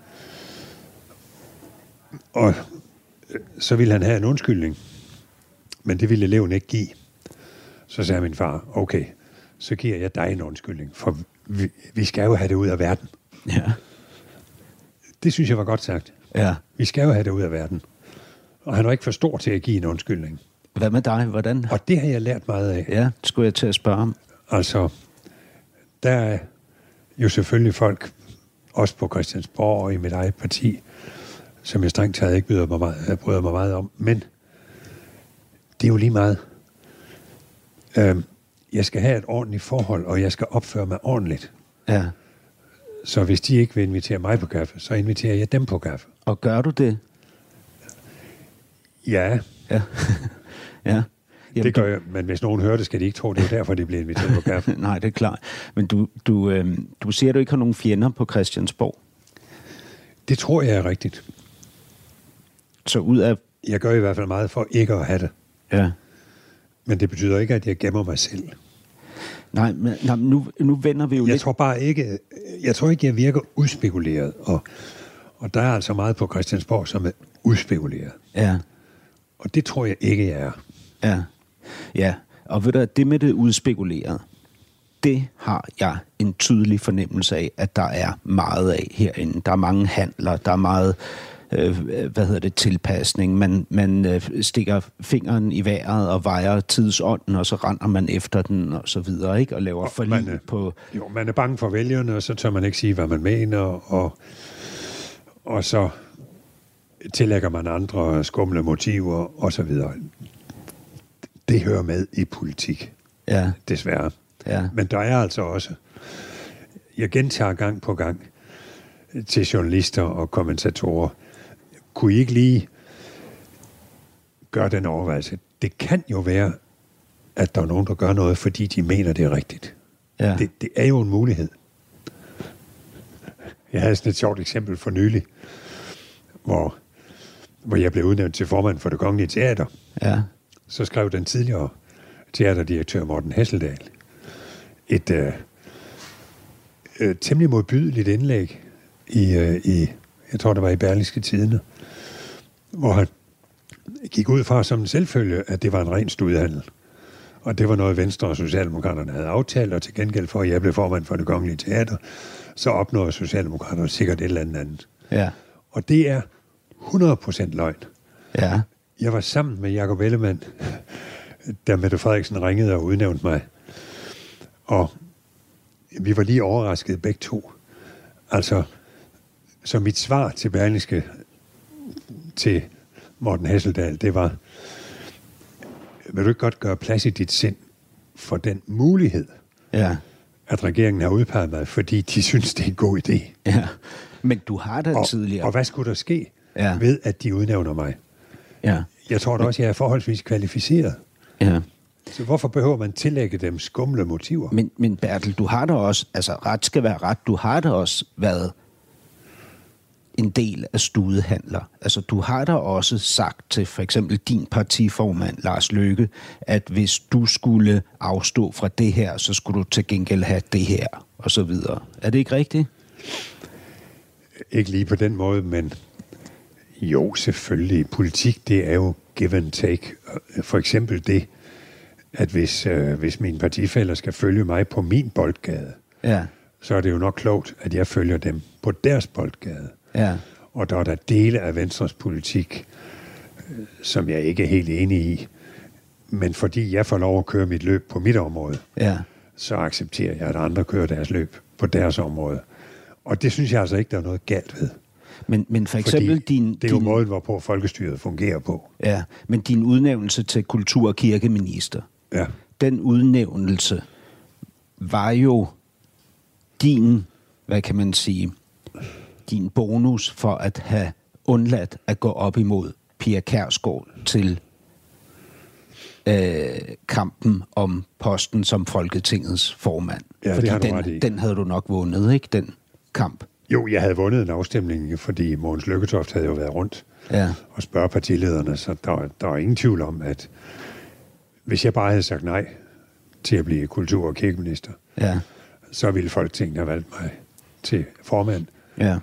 [SPEAKER 4] Og øh, så ville han have en undskyldning. Men det ville eleven ikke give. Så sagde min far, okay, så giver jeg dig en undskyldning, for vi, vi skal jo have det ud af verden.
[SPEAKER 3] Ja.
[SPEAKER 4] Det synes jeg var godt sagt.
[SPEAKER 3] Ja.
[SPEAKER 4] Vi skal jo have det ud af verden. Og han var ikke for stor til at give en undskyldning.
[SPEAKER 3] Hvad med dig? Hvordan?
[SPEAKER 4] Og det har jeg lært meget af.
[SPEAKER 3] Ja, skulle jeg til at spørge om.
[SPEAKER 4] Altså, der er jo selvfølgelig folk, også på Christiansborg og i mit eget parti, som jeg strengt taget ikke bryder mig meget, bryder mig meget om. Men det er jo lige meget. Øhm, jeg skal have et ordentligt forhold, og jeg skal opføre mig ordentligt.
[SPEAKER 3] Ja.
[SPEAKER 4] Så hvis de ikke vil invitere mig på kaffe, så inviterer jeg dem på kaffe.
[SPEAKER 3] Og gør du det?
[SPEAKER 4] Ja,
[SPEAKER 3] Ja. Ja. Jamen,
[SPEAKER 4] det gør jeg. Men hvis nogen hører det, skal de ikke tro, det er derfor, de bliver inviteret på kaffe.
[SPEAKER 3] du, nej, det er klart. Men du, du, øh, du siger, at du ikke har nogen fjender på Christiansborg.
[SPEAKER 4] Det tror jeg er rigtigt.
[SPEAKER 3] Så ud af...
[SPEAKER 4] Jeg gør i hvert fald meget for ikke at have det.
[SPEAKER 3] Ja.
[SPEAKER 4] Men det betyder ikke, at jeg gemmer mig selv.
[SPEAKER 3] Nej, men nej, nu, nu vender vi jo
[SPEAKER 4] Jeg
[SPEAKER 3] lidt...
[SPEAKER 4] tror bare ikke, jeg tror ikke, jeg virker udspekuleret. Og, og der er altså meget på Christiansborg, som er udspekuleret.
[SPEAKER 3] Ja.
[SPEAKER 4] Og det tror jeg ikke, jeg er.
[SPEAKER 3] Ja. Ja. Og ved du, det med det udspekulerede, det har jeg en tydelig fornemmelse af, at der er meget af herinde. Der er mange handler, der er meget... Øh, hvad hedder det, tilpasning. Man, man øh, stikker fingeren i vejret og vejer tidsånden, og så render man efter den, og så videre, ikke? Og laver
[SPEAKER 4] Og
[SPEAKER 3] forlig
[SPEAKER 4] man er-
[SPEAKER 3] på...
[SPEAKER 4] Jo, man er bange for vælgerne, og så tør man ikke sige, hvad man mener, og, og så tillægger man andre skumle motiver, og så videre. Det hører med i politik,
[SPEAKER 3] Ja,
[SPEAKER 4] desværre.
[SPEAKER 3] ja,
[SPEAKER 4] Men der er altså også, jeg gentager gang på gang til journalister og kommentatorer, kunne I ikke lige gøre den overvejelse? Det kan jo være, at der er nogen, der gør noget, fordi de mener, det er rigtigt.
[SPEAKER 3] ja.
[SPEAKER 4] Det, det er jo en mulighed. Jeg havde sådan et sjovt eksempel for nylig, hvor, hvor jeg blev udnævnt til formand for Det Kongelige Teater.
[SPEAKER 3] ja.
[SPEAKER 4] Så skrev den tidligere teaterdirektør Morten Hesseldal et øh, øh, temmelig modbydeligt indlæg i, øh, i, jeg tror det var i Berlingske Tidende, hvor han gik ud fra som en selvfølge, at det var en ren studehandel. Og det var noget, Venstre og Socialdemokraterne havde aftalt, og til gengæld for, at jeg blev formand for Det Kongelige Teater, så opnåede Socialdemokraterne sikkert et eller andet andet.
[SPEAKER 3] Ja,
[SPEAKER 4] Og det er hundrede procent løgn.
[SPEAKER 3] ja,
[SPEAKER 4] Jeg var sammen med Jakob Ellemann, da Mette Frederiksen ringede og udnævnte mig. Og vi var lige overrasket begge to. Altså, så mit svar til Berlingske, til Morten Hesseldal, det var, vil du ikke godt gøre plads i dit sind for den mulighed,
[SPEAKER 3] Ja.
[SPEAKER 4] at regeringen har udpeget mig, fordi de synes, det er en god idé.
[SPEAKER 3] Ja. Men du har da
[SPEAKER 4] Og,
[SPEAKER 3] tidligere...
[SPEAKER 4] og hvad skulle der ske
[SPEAKER 3] Ja.
[SPEAKER 4] ved, at de udnævner mig?
[SPEAKER 3] Ja.
[SPEAKER 4] Jeg tror da også, jeg er forholdsvis kvalificeret.
[SPEAKER 3] Ja.
[SPEAKER 4] Så hvorfor behøver man tillægge dem skumle motiver?
[SPEAKER 3] Men, men Bertel, du har da også... Altså, ret skal være ret. Du har da også været en del af studehandler. Altså, du har da også sagt til for eksempel din partiformand, Lars Løkke, at hvis du skulle afstå fra det her, så skulle du til gengæld have det her, og så videre. Er det ikke rigtigt?
[SPEAKER 4] Ikke lige på den måde, men jo, selvfølgelig. Politik, det er jo give and take. For eksempel det, at hvis, øh, hvis mine partifæller skal følge mig på min boldgade,
[SPEAKER 3] Ja.
[SPEAKER 4] så er det jo nok klogt, at jeg følger dem på deres boldgade.
[SPEAKER 3] Ja.
[SPEAKER 4] Og der er der dele af Venstres politik, øh, som jeg ikke er helt enig i. Men fordi jeg får lov at køre mit løb på mit område,
[SPEAKER 3] Ja.
[SPEAKER 4] så accepterer jeg, at andre kører deres løb på deres område. Og det synes jeg altså ikke, der er noget galt ved.
[SPEAKER 3] Men, men for eksempel
[SPEAKER 4] Fordi
[SPEAKER 3] din...
[SPEAKER 4] det er jo
[SPEAKER 3] din,
[SPEAKER 4] måden, hvorpå folkestyret fungerer på.
[SPEAKER 3] Ja, men din udnævnelse til kultur- og kirkeminister,
[SPEAKER 4] Ja.
[SPEAKER 3] den udnævnelse var jo din, hvad kan man sige, din bonus for at have undladt at gå op imod Pia Kjærsgaard til øh, kampen om posten som Folketingets formand.
[SPEAKER 4] Ja, det
[SPEAKER 3] Fordi
[SPEAKER 4] har du ret i.
[SPEAKER 3] den, den havde du nok vundet, ikke? Den kamp.
[SPEAKER 4] Jo, jeg havde vundet en afstemning, fordi Mogens Lykketoft havde jo været rundt
[SPEAKER 3] Ja.
[SPEAKER 4] og spørge partilederne, så der, der er ingen tvivl om, at hvis jeg bare havde sagt nej til at blive kultur- og kirkeminister,
[SPEAKER 3] Ja.
[SPEAKER 4] så ville Folketinget have valgt mig til formand.
[SPEAKER 3] Ja.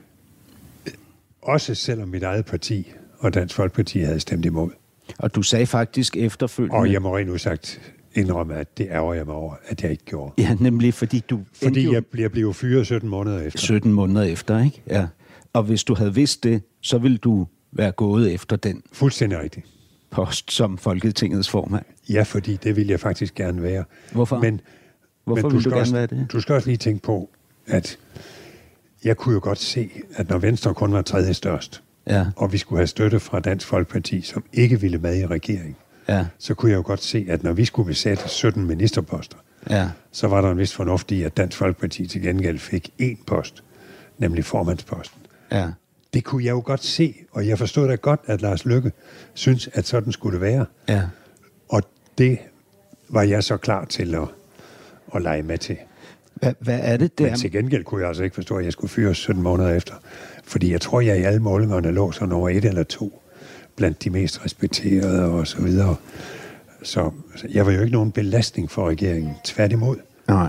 [SPEAKER 4] Også selvom mit eget parti og Dansk Folkeparti havde stemt imod.
[SPEAKER 3] Og du sagde faktisk efterfølgende...
[SPEAKER 4] Og jeg må rent udsagt indrømme, at det ærger jeg mig over, at jeg ikke gjorde.
[SPEAKER 3] Ja, nemlig fordi du... endte
[SPEAKER 4] Fordi
[SPEAKER 3] jo
[SPEAKER 4] jeg bliver blevet fyret sytten måneder efter.
[SPEAKER 3] sytten måneder efter, ikke? Ja. Og hvis du havde vidst det, så ville du være gået efter den
[SPEAKER 4] Fuldstændig rigtigt.
[SPEAKER 3] post som Folketingets formand.
[SPEAKER 4] Ja, fordi det ville jeg faktisk gerne være.
[SPEAKER 3] Hvorfor?
[SPEAKER 4] Men,
[SPEAKER 3] Hvorfor
[SPEAKER 4] men
[SPEAKER 3] ville du
[SPEAKER 4] skal
[SPEAKER 3] gerne
[SPEAKER 4] også,
[SPEAKER 3] være det?
[SPEAKER 4] Du skal også lige tænke på, at jeg kunne jo godt se, at når Venstre kun var tredje størst,
[SPEAKER 3] Ja,
[SPEAKER 4] og vi skulle have støtte fra Dansk Folkeparti, som ikke ville med i regeringen,
[SPEAKER 3] ja,
[SPEAKER 4] så kunne jeg jo godt se, at når vi skulle besætte sytten ministerposter,
[SPEAKER 3] ja,
[SPEAKER 4] så var der en vis fornuft i, at Dansk Folkeparti til gengæld fik én post, nemlig formandsposten.
[SPEAKER 3] ja,
[SPEAKER 4] Det kunne jeg jo godt se, og jeg forstod da godt, at Lars Løkke synes, at sådan skulle det være.
[SPEAKER 3] ja.
[SPEAKER 4] Og det var jeg så klar til at, at lege med til.
[SPEAKER 3] Hvad, hvad er det der?
[SPEAKER 4] Men til gengæld kunne jeg altså ikke forstå, at jeg skulle fyres sytten måneder efter. Fordi jeg tror, jeg i alle målingerne lå så nummer et eller to blandt de mest respekterede og så videre. Så, så jeg var jo ikke nogen belastning for regeringen. Tværtimod.
[SPEAKER 3] Nej.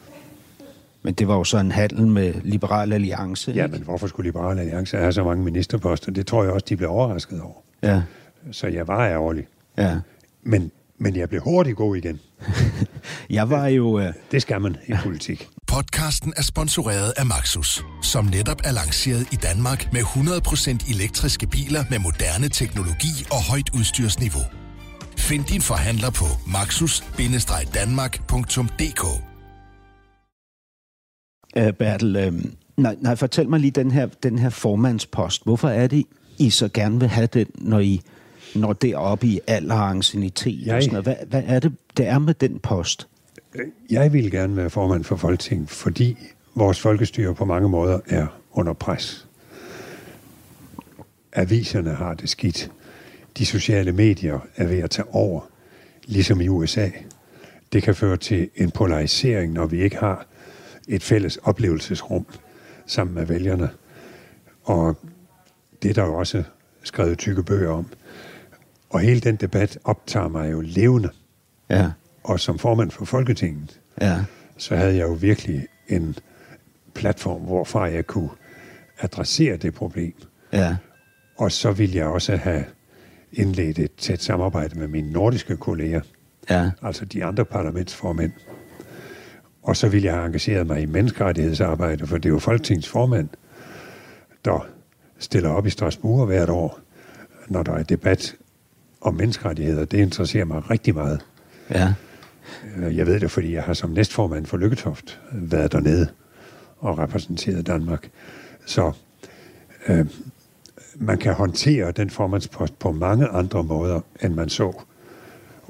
[SPEAKER 3] Men det var jo så en handel med Liberal Alliance,
[SPEAKER 4] Ja,
[SPEAKER 3] ikke?
[SPEAKER 4] men hvorfor skulle Liberal Alliance have så mange ministerposter? Det tror jeg også, de blev overrasket over.
[SPEAKER 3] Ja,
[SPEAKER 4] Så jeg var ærgerlig.
[SPEAKER 3] ja.
[SPEAKER 4] Men, men jeg blev hurtigt god igen.
[SPEAKER 3] Jeg var jo... Øh,
[SPEAKER 4] Det skal man i politik.
[SPEAKER 5] Podcasten er sponsoreret af Maxus, som netop er lanceret i Danmark med hundrede procent elektriske biler med moderne teknologi og højt udstyrsniveau. Find din forhandler på maxus bindestreg danmark punktum d k.
[SPEAKER 3] øh, Bertel, øh, nej, nej, fortæl mig lige den her, den her formandspost. Hvorfor er det, I så gerne vil have den, når I når deroppe i alder og anciennitet?
[SPEAKER 4] Jeg-
[SPEAKER 3] Og sådan noget? Hvad, hvad er det, det er med den post?
[SPEAKER 4] Jeg vil gerne være formand for Folketinget, fordi vores folkestyre på mange måder er under pres. Aviserne har det skidt. De sociale medier er ved at tage over, ligesom i U S A. Det kan føre til en polarisering, når vi ikke har et fælles oplevelsesrum sammen med vælgerne. Og det er der jo også skrevet tykke bøger om. Og hele den debat optager mig jo levende.
[SPEAKER 3] Ja,
[SPEAKER 4] Og som formand for Folketinget,
[SPEAKER 3] ja,
[SPEAKER 4] så havde jeg jo virkelig en platform, hvorfra jeg kunne adressere det problem.
[SPEAKER 3] ja,
[SPEAKER 4] Og så ville jeg også have indledt et tæt samarbejde med mine nordiske kolleger,
[SPEAKER 3] ja,
[SPEAKER 4] altså de andre parlamentsformænd. Og så ville jeg have engageret mig i menneskerettighedsarbejde, for det er jo Folketingets formand, der stiller op i Strasbourg hvert år, når der er debat om menneskerettigheder. Det interesserer mig rigtig meget.
[SPEAKER 3] ja,
[SPEAKER 4] Jeg ved det, fordi jeg har som næstformand for Lykketoft været dernede og repræsenteret Danmark. Så øh, man kan håndtere den formandspost på mange andre måder, end man så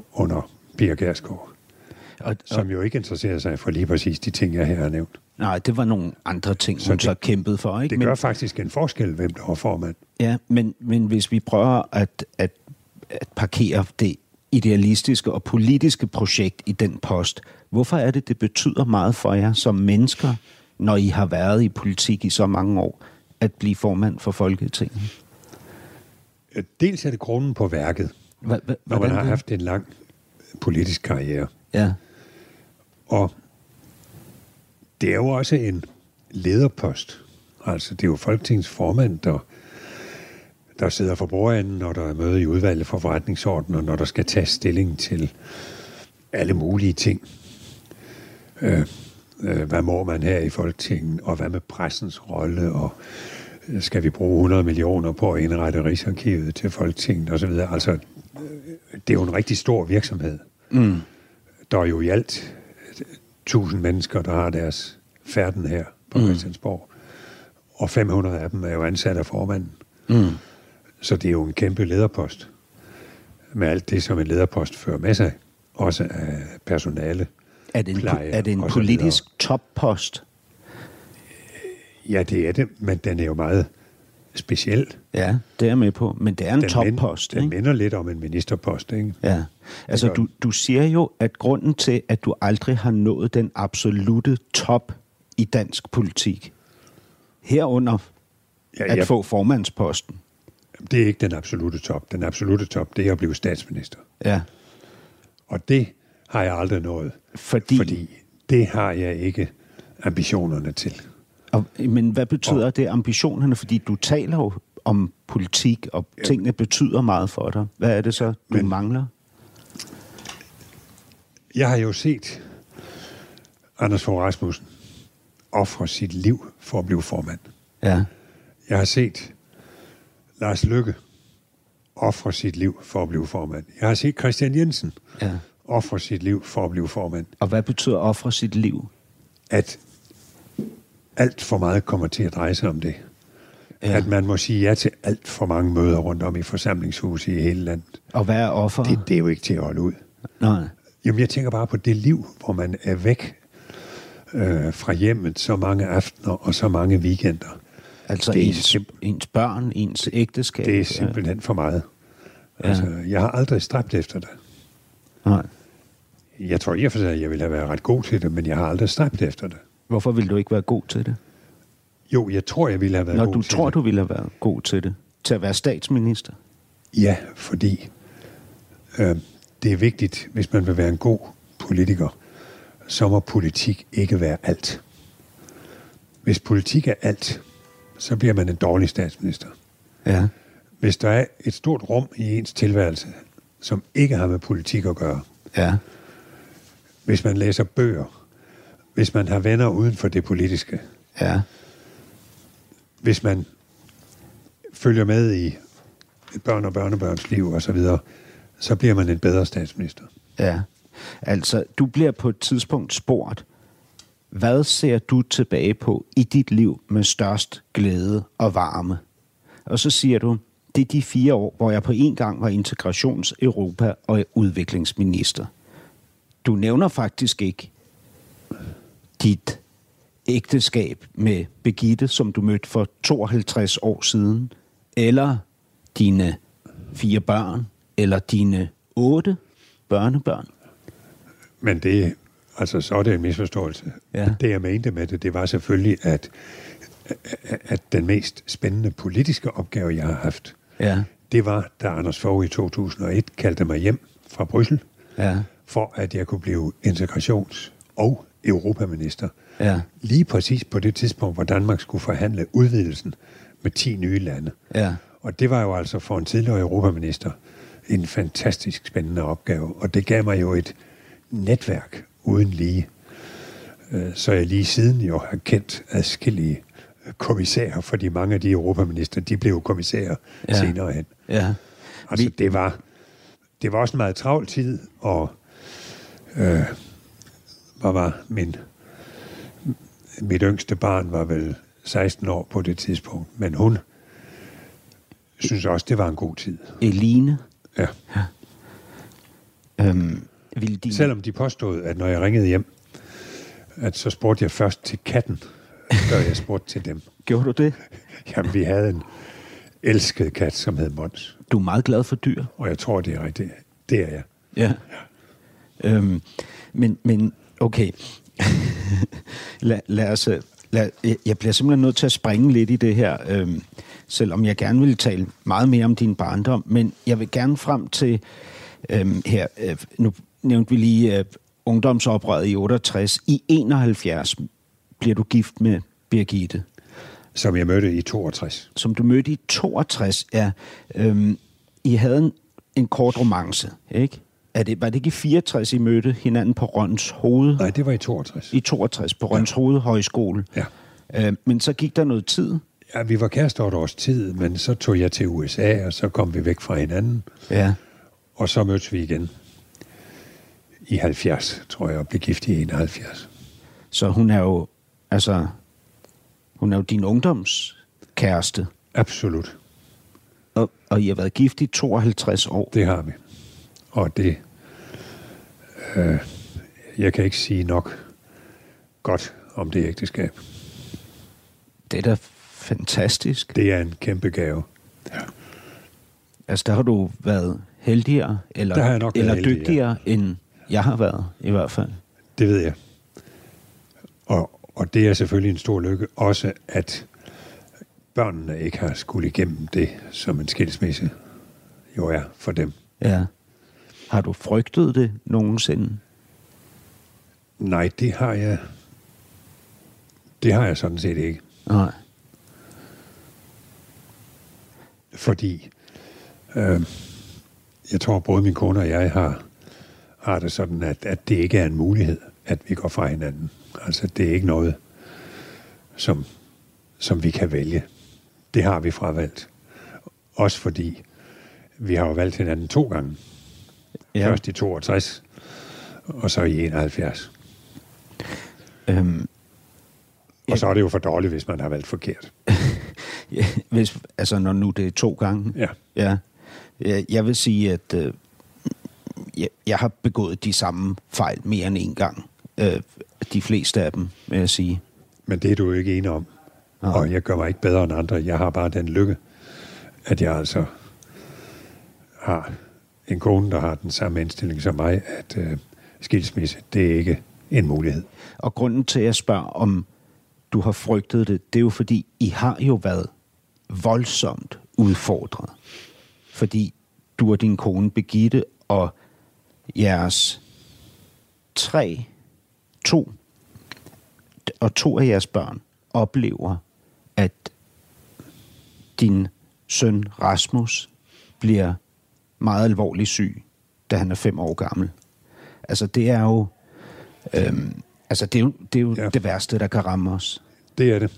[SPEAKER 4] under Pia Kjærsgaard, og, som jo ikke interesserer sig for lige præcis de ting, jeg her har nævnt.
[SPEAKER 3] Nej, det var nogle andre ting, hun så, det, så kæmpede for. Ikke?
[SPEAKER 4] Det
[SPEAKER 3] men,
[SPEAKER 4] gør faktisk en forskel, hvem der var formand.
[SPEAKER 3] Ja, men, men hvis vi prøver at, at, at parkere det idealistiske og politiske projekt i den post, hvorfor er det, det betyder meget for jer som mennesker, når I har været i politik i så mange år, at blive formand for Folketinget?
[SPEAKER 4] Dels er det grunden på værket, hva, hva, når man har det? haft en lang politisk karriere.
[SPEAKER 3] Ja.
[SPEAKER 4] Og det er jo også en lederpost. Altså, det er jo Folketingets formand, der, der sidder for bordenden, når der er møde i udvalget for forretningsordenen, og når der skal tages stilling til alle mulige ting. Øh, øh, hvad må man her i Folketinget, og hvad med pressens rolle, og skal vi bruge hundrede millioner på at indrette Rigsarkivet til Folketinget, og så videre. Altså, det er jo en rigtig stor virksomhed. Mm. Der er jo i alt tusind mennesker, der har deres færden her på mm. Christiansborg. Og fem hundrede af dem er jo ansat af formanden. Mm. Så det er jo en kæmpe lederpost. Med alt det, som en lederpost fører med sig. Også af personale,
[SPEAKER 3] er det en,
[SPEAKER 4] pleje,
[SPEAKER 3] er det en politisk toppost?
[SPEAKER 4] Ja, det er det, men den er jo meget speciel.
[SPEAKER 3] Ja, det er jeg med på, men det er en
[SPEAKER 4] den
[SPEAKER 3] toppost.
[SPEAKER 4] Den minder lidt om en ministerpost, ikke?
[SPEAKER 3] Ja, altså du, du siger jo, at grunden til, at du aldrig har nået den absolute top i dansk politik, herunder ja, at ja. få formandsposten.
[SPEAKER 4] Det er ikke den absolute top. Den absolute top, det er at blive statsminister.
[SPEAKER 3] Ja.
[SPEAKER 4] Og det har jeg aldrig nået.
[SPEAKER 3] Fordi?
[SPEAKER 4] Fordi det har jeg ikke ambitionerne til.
[SPEAKER 3] Og, men hvad betyder og, det ambitionerne? Fordi du taler jo om politik, og ja, tingene betyder meget for dig. Hvad er det så, du men, mangler?
[SPEAKER 4] Jeg har jo set Anders Fogh Rasmussen ofre sit liv for at blive formand.
[SPEAKER 3] Ja.
[SPEAKER 4] Jeg har set Lars Løkke ofre sit liv for at blive formand. Jeg har set Christian Jensen ja. ofre sit liv for at blive formand.
[SPEAKER 3] Og hvad betyder ofre sit liv?
[SPEAKER 4] At alt for meget kommer til at dreje sig om det. Ja. At man må sige ja til alt for mange møder rundt om i forsamlingshuse i hele landet.
[SPEAKER 3] Og hvad er offer?
[SPEAKER 4] Det, det er jo ikke til at holde ud.
[SPEAKER 3] Nej.
[SPEAKER 4] Jamen, jeg tænker bare på det liv, hvor man er væk øh, fra hjemmet så mange aftener og så mange weekender.
[SPEAKER 3] Altså det ens, simp- ens børn, ens ægteskab.
[SPEAKER 4] Det er simpelthen for meget. Ja. Altså, jeg har aldrig stræbt efter det.
[SPEAKER 3] Nej.
[SPEAKER 4] Jeg tror i og for sig, at jeg ville have været ret god til det, men jeg har aldrig stræbt efter det.
[SPEAKER 3] Hvorfor ville du ikke være god til det?
[SPEAKER 4] Jo, jeg tror, jeg ville have været
[SPEAKER 3] Nå,
[SPEAKER 4] god til det.
[SPEAKER 3] Når du tror, du ville have været god til det? Til at være statsminister?
[SPEAKER 4] Ja, fordi øh, det er vigtigt, hvis man vil være en god politiker, så må politik ikke være alt. Hvis politik er alt, så bliver man en dårlig statsminister.
[SPEAKER 3] Ja.
[SPEAKER 4] Hvis der er et stort rum i ens tilværelse, som ikke har med politik at gøre.
[SPEAKER 3] Ja.
[SPEAKER 4] Hvis man læser bøger. Hvis man har venner uden for det politiske.
[SPEAKER 3] Ja.
[SPEAKER 4] Hvis man følger med i børn og børnebørns liv og så videre, så bliver man en bedre statsminister.
[SPEAKER 3] Ja. Altså, du bliver på et tidspunkt spurgt, hvad ser du tilbage på i dit liv med størst glæde og varme? Og så siger du, det er de fire år, hvor jeg på en gang var integrations-, Europa- og udviklingsminister. Du nævner faktisk ikke dit ægteskab med Birgitte, som du mødte for tooghalvtreds år siden, eller dine fire børn, eller dine otte børnebørn.
[SPEAKER 4] Men det, altså så er det en misforståelse.
[SPEAKER 3] Ja.
[SPEAKER 4] Det jeg mente med det, det var selvfølgelig, at, at den mest spændende politiske opgave, jeg har haft,
[SPEAKER 3] ja.
[SPEAKER 4] det var, da Anders Fogh i to tusind og et kaldte mig hjem fra Bryssel,
[SPEAKER 3] ja.
[SPEAKER 4] for at jeg kunne blive integrations- og europaminister.
[SPEAKER 3] Ja.
[SPEAKER 4] Lige præcis på det tidspunkt, hvor Danmark skulle forhandle udvidelsen med ti nye lande.
[SPEAKER 3] Ja.
[SPEAKER 4] Og det var jo altså for en tidligere europaminister en fantastisk spændende opgave. Og det gav mig jo et netværk uden lige. Så jeg lige siden jo har kendt adskillige kommissærer, fordi mange af de europaminister, de blev kommissærer ja. senere hen.
[SPEAKER 3] Ja.
[SPEAKER 4] Altså Vi... det var det var også en meget travl tid, og øh, hvad var min mit yngste barn var vel seksten år på det tidspunkt, men hun synes også, det var en god tid.
[SPEAKER 3] Eline?
[SPEAKER 4] Ja.
[SPEAKER 3] ja. Øhm, ville din...
[SPEAKER 4] Selvom de påstod, at når jeg ringede hjem, at så spurgte jeg først til katten, før jeg spurgte til dem.
[SPEAKER 3] Gjorde du det?
[SPEAKER 4] Jamen, vi havde en elsket kat, som hed Mons.
[SPEAKER 3] Du er meget glad for dyr.
[SPEAKER 4] Og jeg tror, det er rigtigt. Det er jeg.
[SPEAKER 3] Ja. Øhm, men, men, okay. lad, lad os... Lad, jeg bliver simpelthen nødt til at springe lidt i det her, øhm, selvom jeg gerne vil tale meget mere om din barndom, men jeg vil gerne frem til øhm, her, øh, nu nævnte vi lige øh, ungdomsoprøret i otteogtres. I enoghalvfjerds bliver du gift med Birgitte.
[SPEAKER 4] Som jeg mødte i toogtres.
[SPEAKER 3] Som du mødte i toogtres, ja. Øhm, I havde en, en kort romance, ikke? Er det, var det ikke i fireogtres, I mødte hinanden på Rønshoved?
[SPEAKER 4] Nej, det var i toogtres.
[SPEAKER 3] I toogtres, på Rønshoved ja. Højskole.
[SPEAKER 4] Ja.
[SPEAKER 3] Øh, men så gik der noget tid.
[SPEAKER 4] Ja, vi var kærester et års tid, men så tog jeg til U S A, og så kom vi væk fra hinanden.
[SPEAKER 3] Ja.
[SPEAKER 4] Og så mødtes vi igen i halvfjerds, tror jeg, og blev gift i enoghalvfjerds.
[SPEAKER 3] Så hun er jo, altså, hun er jo din ungdomskæreste.
[SPEAKER 4] Absolut.
[SPEAKER 3] Og, og I har været gift i tooghalvtreds år.
[SPEAKER 4] Det har vi. Og det, øh, jeg kan ikke sige nok godt om det ægteskab.
[SPEAKER 3] Det er da fantastisk.
[SPEAKER 4] Det er en kæmpe gave. Ja.
[SPEAKER 3] Altså, der har du været heldigere, eller,
[SPEAKER 4] der har jeg nok
[SPEAKER 3] eller
[SPEAKER 4] heldig,
[SPEAKER 3] dygtigere, ja. End jeg har været, i hvert fald.
[SPEAKER 4] Det ved jeg. Og, og det er selvfølgelig en stor lykke, også at børnene ikke har skulle igennem det, som en skilsmisse jo er for dem.
[SPEAKER 3] Ja. Har du frygtet det nogensinde?
[SPEAKER 4] Nej, det har jeg. Det har jeg sådan set ikke.
[SPEAKER 3] Nej.
[SPEAKER 4] Fordi øh, jeg tror, både min kone og jeg har, har det sådan, at, at det ikke er en mulighed, at vi går fra hinanden. Altså, det er ikke noget, som, som vi kan vælge. Det har vi fravalgt. Også fordi vi har jo valgt hinanden to gange. Ja. Først i toogtres, og så i enoghalvfjerds. Øhm, og så er det jo for dårligt, hvis man har valgt forkert.
[SPEAKER 3] ja, hvis, altså, når nu det er to gange.
[SPEAKER 4] Ja.
[SPEAKER 3] Ja. Jeg, jeg vil sige, at øh, jeg, jeg har begået de samme fejl mere end en gang. Øh, de fleste af dem, vil jeg sige.
[SPEAKER 4] Men det er du jo ikke enig om. Ja. Og jeg gør mig ikke bedre end andre. Jeg har bare den lykke, at jeg altså har en kone, der har den samme indstilling som mig, at øh, skilsmisse, det er ikke en mulighed.
[SPEAKER 3] Og grunden til, at jeg spørger, om du har frygtet det, det er jo fordi, I har jo været voldsomt udfordret. Fordi du og din kone Birgitte og jeres tre, to, og to af jeres børn oplever, at din søn Rasmus bliver meget alvorligt syg, da han er fem år gammel. Altså, det er jo, øhm, altså, det er jo, det, er jo ja. det værste, der kan ramme os.
[SPEAKER 4] Det er det.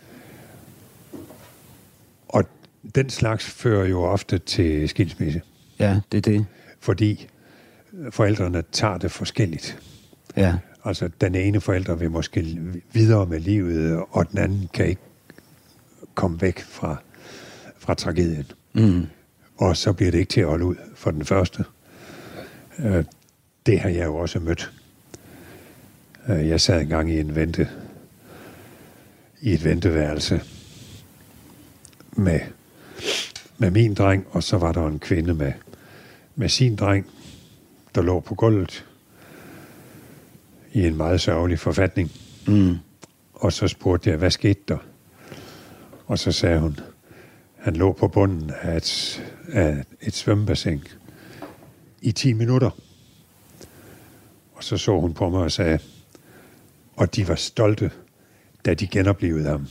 [SPEAKER 4] Og den slags fører jo ofte til skilsmisse.
[SPEAKER 3] Ja, det er det.
[SPEAKER 4] Fordi forældrene tager det forskelligt.
[SPEAKER 3] Ja.
[SPEAKER 4] Altså, den ene forælder vil måske videre med livet, og den anden kan ikke komme væk fra, fra tragedien. Mm. Og så bliver det ikke til at holde ud for den første. Det har jeg jo også mødt. Jeg sad engang i en vente, i et venteværelse med, med min dreng, og så var der en kvinde med, med sin dreng, der lå på gulvet i en meget sørgelig forfatning. Mm. Og så spurgte jeg, hvad skete der? Og så sagde hun, han lå på bunden af et, af et svømmebassin i ti minutter. Og så så hun på mig og sagde, og de var stolte, da de genoplevede ham.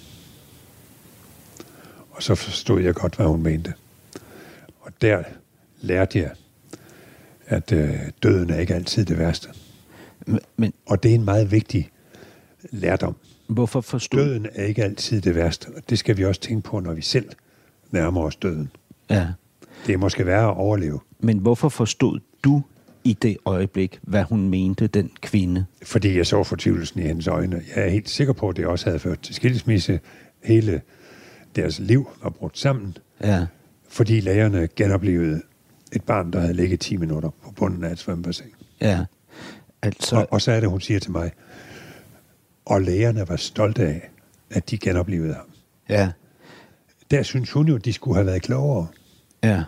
[SPEAKER 4] Og så forstod jeg godt, hvad hun mente. Og der lærte jeg, at øh, døden er ikke altid det værste. Men, og det er en meget vigtig lærdom.
[SPEAKER 3] Hvorfor forstod...
[SPEAKER 4] Døden er ikke altid det værste, og det skal vi også tænke på, når vi selv nærmer os døden.
[SPEAKER 3] Ja.
[SPEAKER 4] Det er måske værre at overleve.
[SPEAKER 3] Men hvorfor forstod du i det øjeblik, hvad hun mente, den kvinde?
[SPEAKER 4] Fordi jeg så fortvivlelsen i hendes øjne. Jeg er helt sikker på, at det også havde ført til skilsmisse. Hele deres liv var brudt sammen.
[SPEAKER 3] Ja.
[SPEAKER 4] Fordi lægerne genoplevede et barn, der havde ligget ti minutter på bunden af et svømmebassin.
[SPEAKER 3] Ja, altså...
[SPEAKER 4] Og, og så er det, hun siger til mig, og lægerne var stolte af, at de genoplevede ham.
[SPEAKER 3] Ja.
[SPEAKER 4] Der synes hun jo, de skulle have været klogere.
[SPEAKER 3] Ja.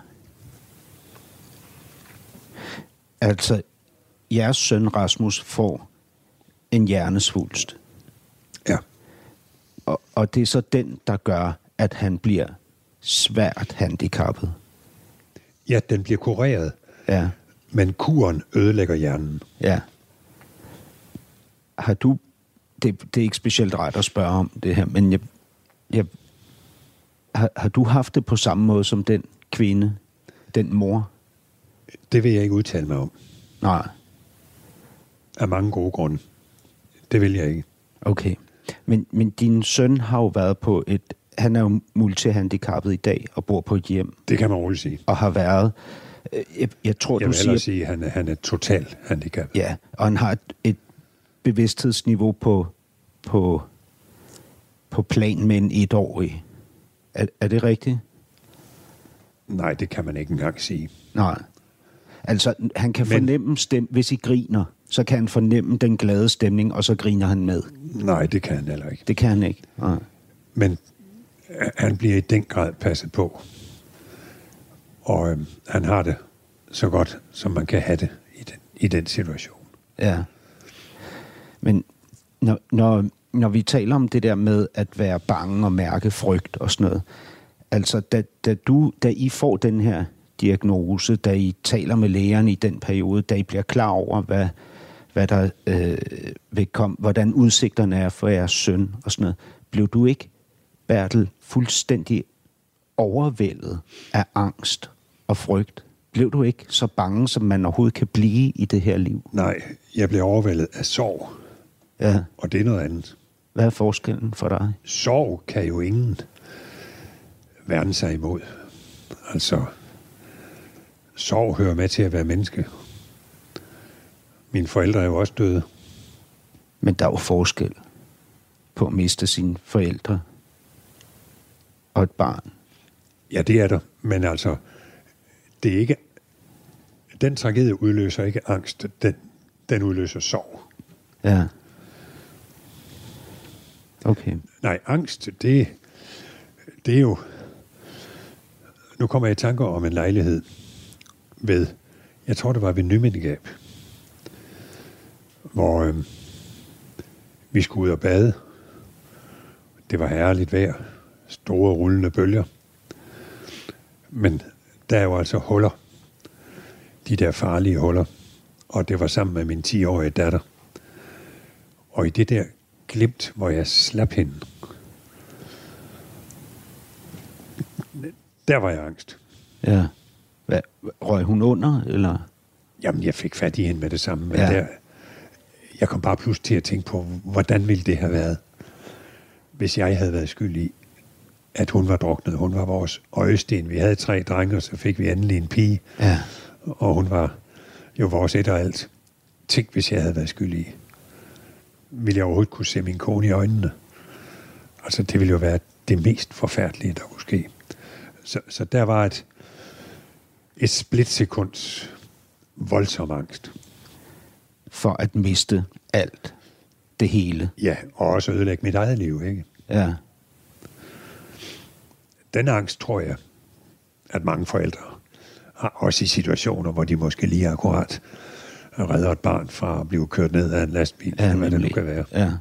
[SPEAKER 3] Altså, jeres søn Rasmus får en hjernesvulst.
[SPEAKER 4] Ja.
[SPEAKER 3] Og, og det er så den, der gør, at han bliver svært handicappet.
[SPEAKER 4] Ja, den bliver kureret.
[SPEAKER 3] Ja.
[SPEAKER 4] Men kuren ødelægger hjernen.
[SPEAKER 3] Ja. Har du... Det, det er ikke specielt ret at spørge om det her, men jeg... jeg har, har du haft det på samme måde som den kvinde, den mor?
[SPEAKER 4] Det vil jeg ikke udtale mig om.
[SPEAKER 3] Nej.
[SPEAKER 4] Af mange gode grunde. Det vil jeg ikke.
[SPEAKER 3] Okay. Men, men din søn har jo været på et... Han er jo multihandicappet i dag og bor på et hjem.
[SPEAKER 4] Det kan man roligt sige.
[SPEAKER 3] Og har været... Jeg, jeg tror,
[SPEAKER 4] jeg
[SPEAKER 3] du
[SPEAKER 4] vil
[SPEAKER 3] siger...
[SPEAKER 4] sige, at han er, han er totalt handicappet.
[SPEAKER 3] Ja, og han har et, et bevidsthedsniveau på, på, på plan med en etårig. Er, er det rigtigt?
[SPEAKER 4] Nej, det kan man ikke engang sige.
[SPEAKER 3] Nej. Altså, han kan
[SPEAKER 4] Men...
[SPEAKER 3] fornemme stem, hvis I griner, så kan han fornemme den glade stemning, og så griner han med.
[SPEAKER 4] Nej, det kan han heller ikke.
[SPEAKER 3] Det kan han ikke. Nej.
[SPEAKER 4] Men han bliver i den grad passet på. Og øhm, han har det så godt, som man kan have det i den, i den situation.
[SPEAKER 3] Ja. Men når, når, når vi taler om det der med at være bange og mærke frygt og sådan noget, altså da, da, du, da I får den her diagnose, da I taler med lægerne i den periode, da I bliver klar over, hvad, hvad der øh, vil komme, hvordan udsigterne er for jeres søn og sådan noget, blev du ikke, Bertel, fuldstændig overvældet af angst og frygt? Blev du ikke så bange, som man overhovedet kan blive i det her liv?
[SPEAKER 4] Nej, jeg blev overvældet af sorg.
[SPEAKER 3] Ja.
[SPEAKER 4] Og det er noget andet.
[SPEAKER 3] Hvad er forskellen for dig?
[SPEAKER 4] Sorg kan jo ingen værne sig imod. Altså, sorg hører med til at være menneske. Mine forældre er jo også døde.
[SPEAKER 3] Men der er jo forskel på at miste sine forældre og et barn.
[SPEAKER 4] Ja, det er der. Men altså, det er ikke... Den tragedie udløser ikke angst. Den, den udløser sorg.
[SPEAKER 3] Ja. Okay.
[SPEAKER 4] Nej, angst, det, det er jo... Nu kommer jeg i tanker om en lejlighed ved... Jeg tror, det var ved Nymindegab, hvor øh, vi skulle ud og bade. Det var herligt vejr. Store rullende bølger. Men der er jo altså huller. De der farlige huller. Og det var sammen med min ti-årige datter. Og i det der glimt, hvor jeg slap hende, der var jeg angst.
[SPEAKER 3] Ja. Hvad, røg hun under, eller?
[SPEAKER 4] Jamen, jeg fik fat i hende med det samme. Men
[SPEAKER 3] ja.
[SPEAKER 4] der, jeg kom bare pludselig til at tænke på, hvordan ville det have været, hvis jeg havde været skyld i, at hun var druknet. Hun var vores øjesten. Vi havde tre drenge, og så fik vi endelig en pige.
[SPEAKER 3] Ja.
[SPEAKER 4] Og hun var jo vores et og alt. Tænk, hvis jeg havde været skyld i. Ville jeg overhovedet kunne se min kone i øjnene? Altså, det ville jo være det mest forfærdelige, der kunne ske. Så, så der var et, et splitsekunds voldsom angst.
[SPEAKER 3] For at miste alt. Det hele.
[SPEAKER 4] Ja, og også ødelægge mit eget liv, ikke?
[SPEAKER 3] Ja.
[SPEAKER 4] Den angst, tror jeg, at mange forældre har, også i situationer, hvor de måske lige akkurat redder et barn fra at blive kørt ned af en lastbil,
[SPEAKER 3] ja,
[SPEAKER 4] eller hvad det nu kan være.
[SPEAKER 3] Ja.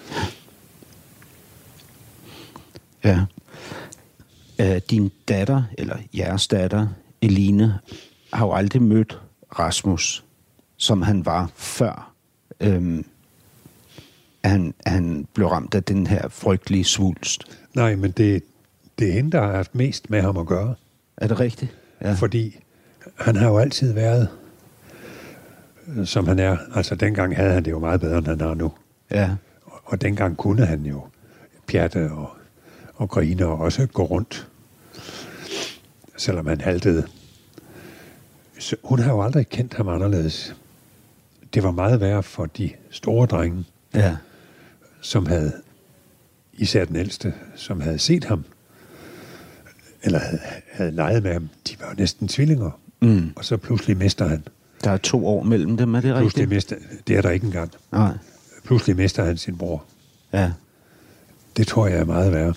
[SPEAKER 3] Ja. Uh, din datter, eller jeres datter, Eline, har jo aldrig mødt Rasmus, som han var før, øhm, han, han blev ramt af den her frygtelige svulst.
[SPEAKER 4] Nej, men det, det er hende, der har haft mest med ham at gøre.
[SPEAKER 3] Er det rigtigt?
[SPEAKER 4] Ja. Fordi han har jo altid været, som han er. Altså, dengang havde han det jo meget bedre, end han har nu.
[SPEAKER 3] Ja.
[SPEAKER 4] Og, og dengang kunne han jo pjatte og, og grine og også gå rundt, selvom han haltede. Så hun har jo aldrig kendt ham anderledes. Det var meget værre for de store drenge,
[SPEAKER 3] ja.
[SPEAKER 4] som havde, især den ældste, som havde set ham, eller havde, havde leget med ham. De var jo næsten tvillinger. mm. og så pludselig mister han.
[SPEAKER 3] Der er to år mellem dem, er det
[SPEAKER 4] pludselig
[SPEAKER 3] rigtigt?
[SPEAKER 4] Mister, det er der ikke engang.
[SPEAKER 3] Nej.
[SPEAKER 4] Pludselig mister han sin bror.
[SPEAKER 3] Ja.
[SPEAKER 4] Det tror jeg er meget værre.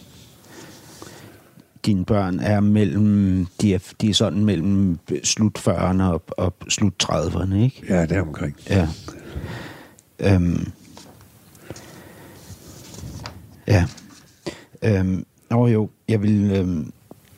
[SPEAKER 3] Dine børn er mellem, de er, de er sådan mellem slut fyrrerne og, og slut trediverne, ikke?
[SPEAKER 4] Ja, deromkring.
[SPEAKER 3] Ja. Øhm. Ja. Øhm. Nå jo, jeg vil... Øhm.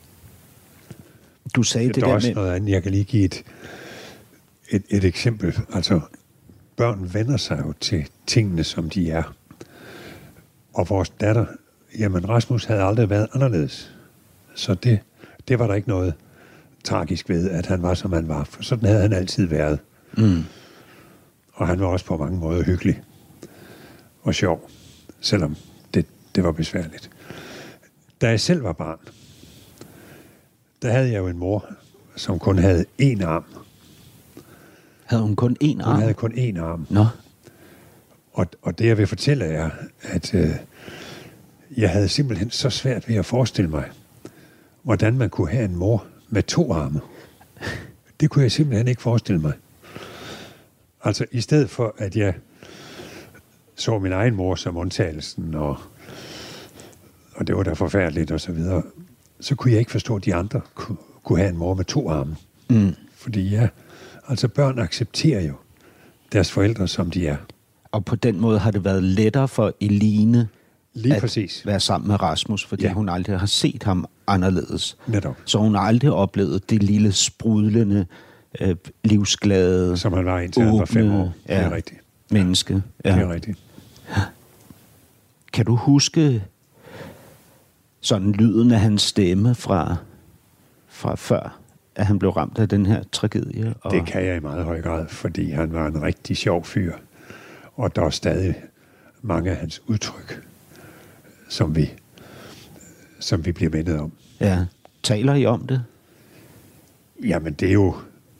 [SPEAKER 3] Du sagde
[SPEAKER 4] det,
[SPEAKER 3] det
[SPEAKER 4] der
[SPEAKER 3] der
[SPEAKER 4] også
[SPEAKER 3] med...
[SPEAKER 4] noget andet. Jeg kan lige give et, et, et eksempel. Altså, børn vender sig jo til tingene, som de er. Og vores datter, jamen Rasmus havde aldrig været anderledes. Så det, det var der ikke noget tragisk ved, at han var, som han var. For sådan havde han altid været.
[SPEAKER 3] Mm.
[SPEAKER 4] Og han var også på mange måder hyggelig og sjov, selvom det, det var besværligt. Da jeg selv var barn, der havde jeg jo en mor, som kun havde én arm.
[SPEAKER 3] Havde hun kun én arm?
[SPEAKER 4] Hun havde kun én arm.
[SPEAKER 3] Nå.
[SPEAKER 4] Og, og det jeg vil fortælle er, at øh, jeg havde simpelthen så svært ved at forestille mig, hvordan man kunne have en mor med to arme. Det kunne jeg simpelthen ikke forestille mig. Altså i stedet for, at jeg så min egen mor som undtagelsen, og, og det var da forfærdeligt og så videre, så kunne jeg ikke forstå, at de andre kunne, kunne have en mor med to arme.
[SPEAKER 3] Mm.
[SPEAKER 4] Fordi ja, altså børn accepterer jo deres forældre, som de er.
[SPEAKER 3] Og på den måde har det været lettere for Eline
[SPEAKER 4] Lige
[SPEAKER 3] at
[SPEAKER 4] præcis.
[SPEAKER 3] være sammen med Rasmus, fordi
[SPEAKER 4] Ja.
[SPEAKER 3] hun aldrig har set ham anderledes.
[SPEAKER 4] Netop.
[SPEAKER 3] Så hun har aldrig oplevet det lille sprudlende, øh, livsglade,
[SPEAKER 4] Som han var indtil han var fem år.
[SPEAKER 3] ja,
[SPEAKER 4] Det er rigtigt.
[SPEAKER 3] menneske. Ja.
[SPEAKER 4] Det er rigtigt.
[SPEAKER 3] Kan du huske sådan lyden af hans stemme fra, fra før, at han blev ramt af den her tragedie? Og...
[SPEAKER 4] Det kan jeg i meget høj grad, fordi han var en rigtig sjov fyr. Og der er stadig mange af hans udtryk, som vi, som vi bliver mindet om.
[SPEAKER 3] Ja. Taler I om det?
[SPEAKER 4] Jamen, det er jo...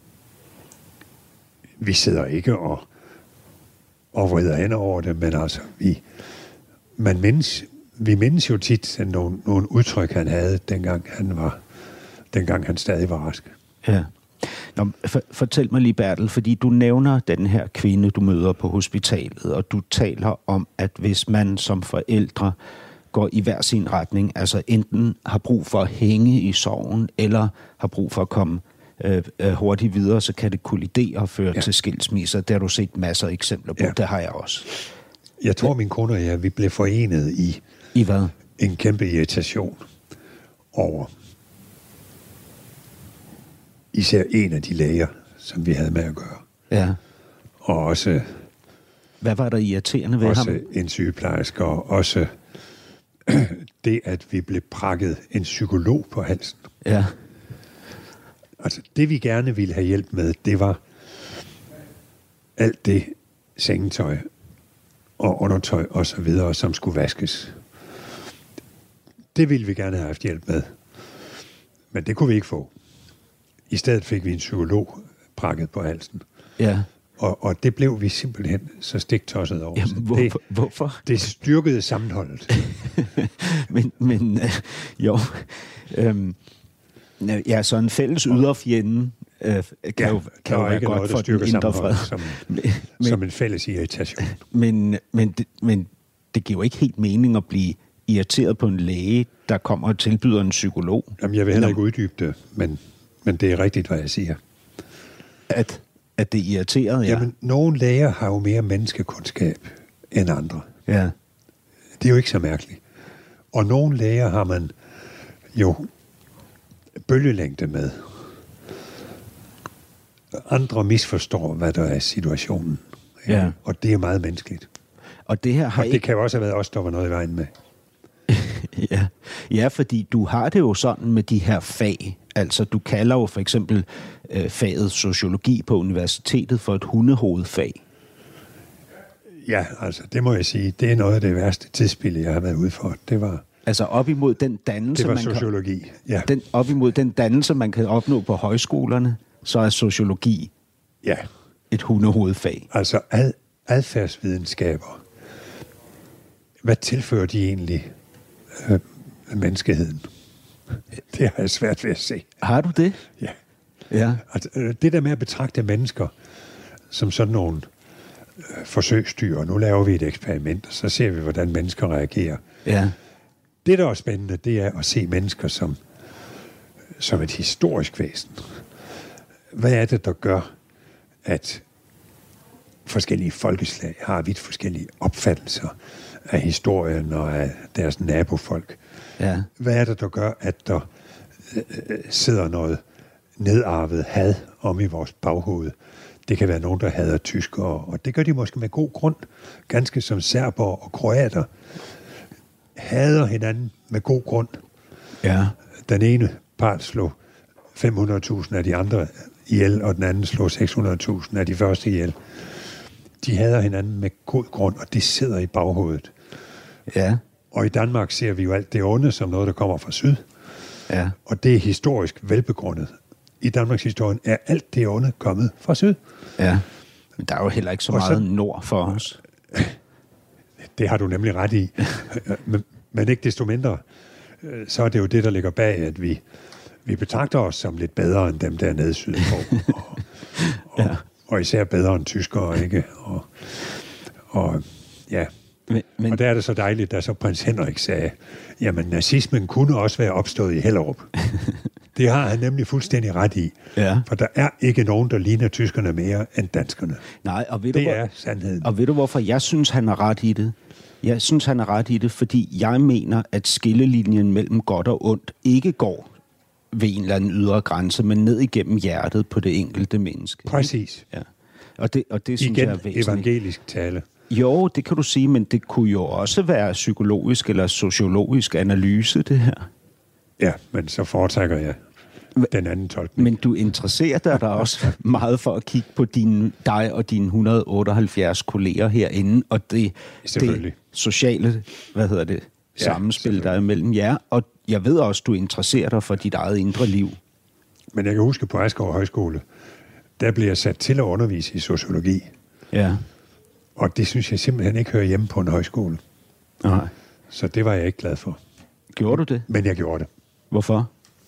[SPEAKER 4] Vi sidder ikke og, og vrider hen over det, men altså, vi, man mindes, vi mindes jo tit nogle, nogle udtryk, han havde, dengang han, var, dengang han stadig var rask.
[SPEAKER 3] Ja. Nå, for, fortæl mig lige, Bertel, fordi du nævner den her kvinde, du møder på hospitalet, og du taler om, at hvis man som forældre går i hver sin retning, altså enten har brug for at hænge i sorgen, eller har brug for at komme øh, øh, hurtigt videre, så kan det kollidere og føre ja. til skilsmisser. Det har du set masser af eksempler på. Ja. Det har jeg også.
[SPEAKER 4] Jeg tror, min kone og jeg, vi blev forenet i,
[SPEAKER 3] I hvad?
[SPEAKER 4] en kæmpe irritation over især en af de læger, som vi havde med at gøre.
[SPEAKER 3] Ja.
[SPEAKER 4] Og også,
[SPEAKER 3] hvad var der irriterende ved
[SPEAKER 4] også
[SPEAKER 3] ham?
[SPEAKER 4] en sygeplejerske, og også det, at vi blev prakket en psykolog på halsen.
[SPEAKER 3] Ja.
[SPEAKER 4] Altså, det vi gerne ville have hjælp med, det var alt det sengetøj og undertøj og så videre, som skulle vaskes. Det ville vi gerne have haft hjælp med. Men det kunne vi ikke få. I stedet fik vi en psykolog prakket på halsen.
[SPEAKER 3] Ja.
[SPEAKER 4] Og, og det blev vi simpelthen så stiktosset over.
[SPEAKER 3] Jamen, hvorfor?
[SPEAKER 4] Det,
[SPEAKER 3] hvorfor?
[SPEAKER 4] det styrkede sammenholdet.
[SPEAKER 3] men, men øh, jo... Øhm, ja, så en fælles yderfjende øh, kan
[SPEAKER 4] ja,
[SPEAKER 3] jo, kan jo være
[SPEAKER 4] ikke
[SPEAKER 3] godt
[SPEAKER 4] noget,
[SPEAKER 3] for den indre fred.
[SPEAKER 4] Som,
[SPEAKER 3] men,
[SPEAKER 4] som en fælles irritation.
[SPEAKER 3] Men, men, det, men det giver jo ikke helt mening at blive irriteret på en læge, der kommer og tilbyder en psykolog.
[SPEAKER 4] Jamen, jeg vil heller ikke uddybe det, men, men det er rigtigt, hvad jeg siger.
[SPEAKER 3] At, at det er irriteret, ja.
[SPEAKER 4] Jamen, nogle læger har jo mere menneskekundskab end andre.
[SPEAKER 3] Ja.
[SPEAKER 4] Det er jo ikke så mærkeligt. Og nogle læger har man jo bølgelængde med. Andre misforstår, hvad der er situationen.
[SPEAKER 3] Ja.
[SPEAKER 4] Og det er meget menneskeligt.
[SPEAKER 3] Og det her har
[SPEAKER 4] og det
[SPEAKER 3] ikke...
[SPEAKER 4] kan jo også have været os, der var noget i vejen med.
[SPEAKER 3] ja. ja, fordi du har det jo sådan med de her fag. Altså, du kalder jo for eksempel øh, faget sociologi på universitetet for et hundehovedfag.
[SPEAKER 4] Ja, altså, det må jeg sige. Det er noget af det værste tidsspil, jeg har været ude for. Det var...
[SPEAKER 3] Altså op imod den dannelse,
[SPEAKER 4] det var
[SPEAKER 3] man
[SPEAKER 4] sociologi,
[SPEAKER 3] kan,
[SPEAKER 4] ja.
[SPEAKER 3] Den, op imod den dannelse, man kan opnå på højskolerne, så er sociologi
[SPEAKER 4] ja.
[SPEAKER 3] et hundehovedfag.
[SPEAKER 4] Altså ad, adfærdsvidenskaber. Hvad tilfører de egentlig øh, menneskeheden? Det har jeg svært ved at se.
[SPEAKER 3] Har du det?
[SPEAKER 4] Ja.
[SPEAKER 3] Ja.
[SPEAKER 4] Altså, det der med at betragte mennesker som sådan nogle øh, forsøgsdyr, og nu laver vi et eksperiment, og så ser vi, hvordan mennesker reagerer.
[SPEAKER 3] Ja.
[SPEAKER 4] Det, der er spændende, det er at se mennesker som, som et historisk væsen. Hvad er det, der gør, at forskellige folkeslag har vidt forskellige opfattelser af historien og af deres nabofolk?
[SPEAKER 3] Ja.
[SPEAKER 4] Hvad er det, der gør, at der øh, sidder noget nedarvet had om i vores baghoved? Det kan være nogen, der hader tyskere, og det gør de måske med god grund. Ganske som serber og kroater hader hinanden med god grund.
[SPEAKER 3] Ja.
[SPEAKER 4] Den ene part slog fem hundrede tusind af de andre ihjel, og den anden slog seks hundrede tusind af de første ihjel. De hader hinanden med god grund, og det sidder i baghovedet.
[SPEAKER 3] Ja.
[SPEAKER 4] Og i Danmark ser vi jo alt det onde som noget, der kommer fra syd.
[SPEAKER 3] Ja.
[SPEAKER 4] Og det er historisk velbegrundet. I Danmarks historien er alt det onde kommet fra syd.
[SPEAKER 3] Ja. Men der er jo heller ikke så
[SPEAKER 4] Og
[SPEAKER 3] meget
[SPEAKER 4] så-
[SPEAKER 3] nord for os.
[SPEAKER 4] Det har du nemlig ret i. men, men ikke desto mindre, øh, så er det jo det, der ligger bag, at vi, vi betragter os som lidt bedre end dem dernede sydpå. Og, og,
[SPEAKER 3] Ja.
[SPEAKER 4] og især bedre end tyskere, ikke? Og, og ja...
[SPEAKER 3] Men, men,
[SPEAKER 4] Og der er det så dejligt, da så prins Henrik sagde, jamen nazismen kunne også være opstået i Hellerup. Det har han nemlig fuldstændig ret i.
[SPEAKER 3] Ja.
[SPEAKER 4] For der er ikke nogen, der ligner tyskerne mere end danskerne.
[SPEAKER 3] nej, og ved, du,
[SPEAKER 4] Det
[SPEAKER 3] hvor,
[SPEAKER 4] er sandheden.
[SPEAKER 3] og ved du, hvorfor jeg synes, han er ret i det? Jeg synes, han er ret i det, fordi jeg mener, at skillelinjen mellem godt og ondt ikke går ved en eller anden ydre grænse, men ned igennem hjertet på det enkelte menneske.
[SPEAKER 4] Præcis.
[SPEAKER 3] Ja. Og det, og det synes
[SPEAKER 4] Igen
[SPEAKER 3] jeg er væsentligt.
[SPEAKER 4] evangelisk tale.
[SPEAKER 3] Jo, det kan du sige, men det kunne jo også være psykologisk eller sociologisk analyse, det her.
[SPEAKER 4] Ja, men så foretrækker jeg den anden tolkning.
[SPEAKER 3] Men du interesserer dig da også meget for at kigge på din, dig og dine et hundrede otteoghalvfjerds kolleger herinde, og det, det
[SPEAKER 4] Selvfølgelig.
[SPEAKER 3] sociale, hvad hedder det,
[SPEAKER 4] Ja,
[SPEAKER 3] sammenspil, der er mellem jer. Og jeg ved også, du interesserer dig for dit eget indre liv.
[SPEAKER 4] Men jeg kan huske på Askov Højskole, der blev jeg sat til at undervise i sociologi.
[SPEAKER 3] Ja.
[SPEAKER 4] Og det synes jeg simpelthen ikke hører hjemme på en højskole.
[SPEAKER 3] Nej.
[SPEAKER 4] Så det var jeg ikke glad for.
[SPEAKER 3] Gjorde du det?
[SPEAKER 4] Men jeg gjorde det.
[SPEAKER 3] Hvorfor?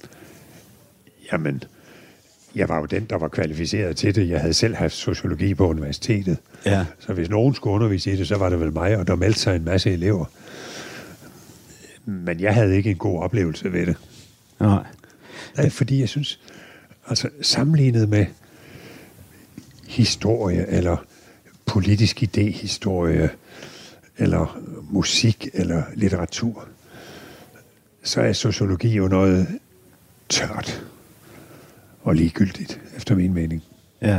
[SPEAKER 4] Jamen, jeg var jo den, der var kvalificeret til det. Jeg havde selv haft sociologi på universitetet.
[SPEAKER 3] Ja.
[SPEAKER 4] Så hvis nogen skulle undervise i det, så var det vel mig, og der meldte sig en masse elever. Men jeg havde ikke en god oplevelse ved det.
[SPEAKER 3] Nej.
[SPEAKER 4] Nej, fordi jeg synes, altså sammenlignet med historie, eller politisk idéhistorie, eller musik, eller litteratur, så er sociologi jo noget tørt og ligegyldigt, efter min mening.
[SPEAKER 3] Ja.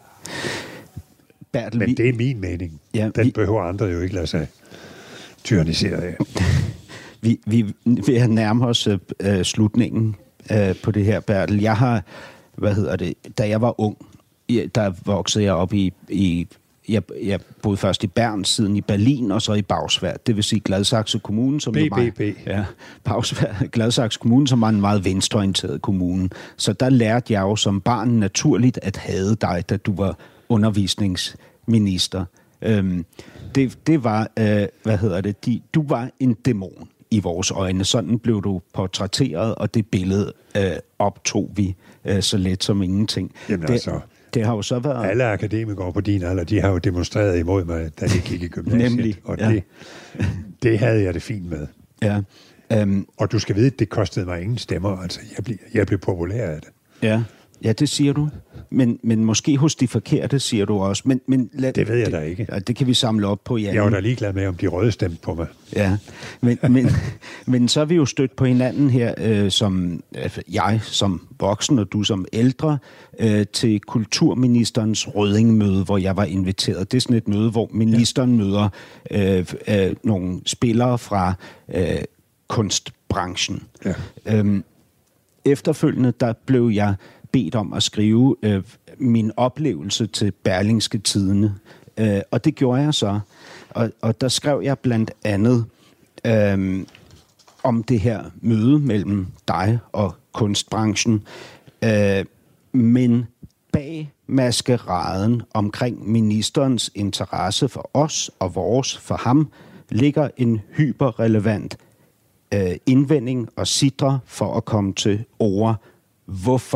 [SPEAKER 3] Bertel,
[SPEAKER 4] Men
[SPEAKER 3] vi-
[SPEAKER 4] det er min mening.
[SPEAKER 3] Ja,
[SPEAKER 4] Den
[SPEAKER 3] vi-
[SPEAKER 4] behøver andre jo ikke lade sig tyrannisere af.
[SPEAKER 3] Vi, vi vil nærme os øh, slutningen øh, på det her, Bertel. Jeg har, hvad hedder det, da jeg var ung, ja, der voksede jeg op i, i jeg, jeg boede først i Bern, siden i Berlin, og så i Bagsværd. Det vil sige Gladsaxe Kommune, som
[SPEAKER 4] B
[SPEAKER 3] jo var,
[SPEAKER 4] B B.
[SPEAKER 3] ja, Bagsværd, Gladsaxe Kommune, som var en meget venstreorienteret kommune. Så der lærte jeg jo som barn naturligt at hade dig, da du var undervisningsminister. Øhm, det, det var, øh, hvad hedder det, de, du var en dæmon i vores øjne. Sådan blev du portrætteret, og det billede øh, optog vi øh, så let som ingenting.
[SPEAKER 4] Jamen
[SPEAKER 3] det,
[SPEAKER 4] altså,
[SPEAKER 3] det har jo så været...
[SPEAKER 4] Alle akademikere på din alder, de har jo demonstreret imod mig, da de gik i gymnasiet.
[SPEAKER 3] Nemlig,
[SPEAKER 4] og
[SPEAKER 3] ja.
[SPEAKER 4] det, det havde jeg det fint med.
[SPEAKER 3] Ja, øhm,
[SPEAKER 4] Og du skal vide, at det kostede mig ingen stemmer. Altså, jeg blev, jeg blev populær af det.
[SPEAKER 3] ja. Ja, det siger du. Men, men måske hos de forkerte, siger du også. Men, men lad,
[SPEAKER 4] Det ved jeg
[SPEAKER 3] det,
[SPEAKER 4] da ikke.
[SPEAKER 3] Ja, det kan vi samle op på, ja.
[SPEAKER 4] Jeg var da ligeglad med, om de røde stemte på mig.
[SPEAKER 3] Ja, men, men, men så er vi jo stødt på hinanden her, øh, som øh, jeg som voksen og du som ældre, øh, til kulturministerens Rødding-møde, hvor jeg var inviteret. Det er sådan et møde, hvor ministeren ja. møder øh, øh, nogle spillere fra øh, kunstbranchen.
[SPEAKER 4] Ja.
[SPEAKER 3] Øhm, efterfølgende, der blev jeg bedt om at skrive øh, min oplevelse til Berlingske Tidende. Øh, og det gjorde jeg så. Og, og der skrev jeg blandt andet øh, om det her møde mellem dig og kunstbranchen. Øh, men bag maskeraden omkring ministerens interesse for os og vores for ham, ligger en hyperrelevant øh, indvending og sidre for at komme til ord. Hvorfor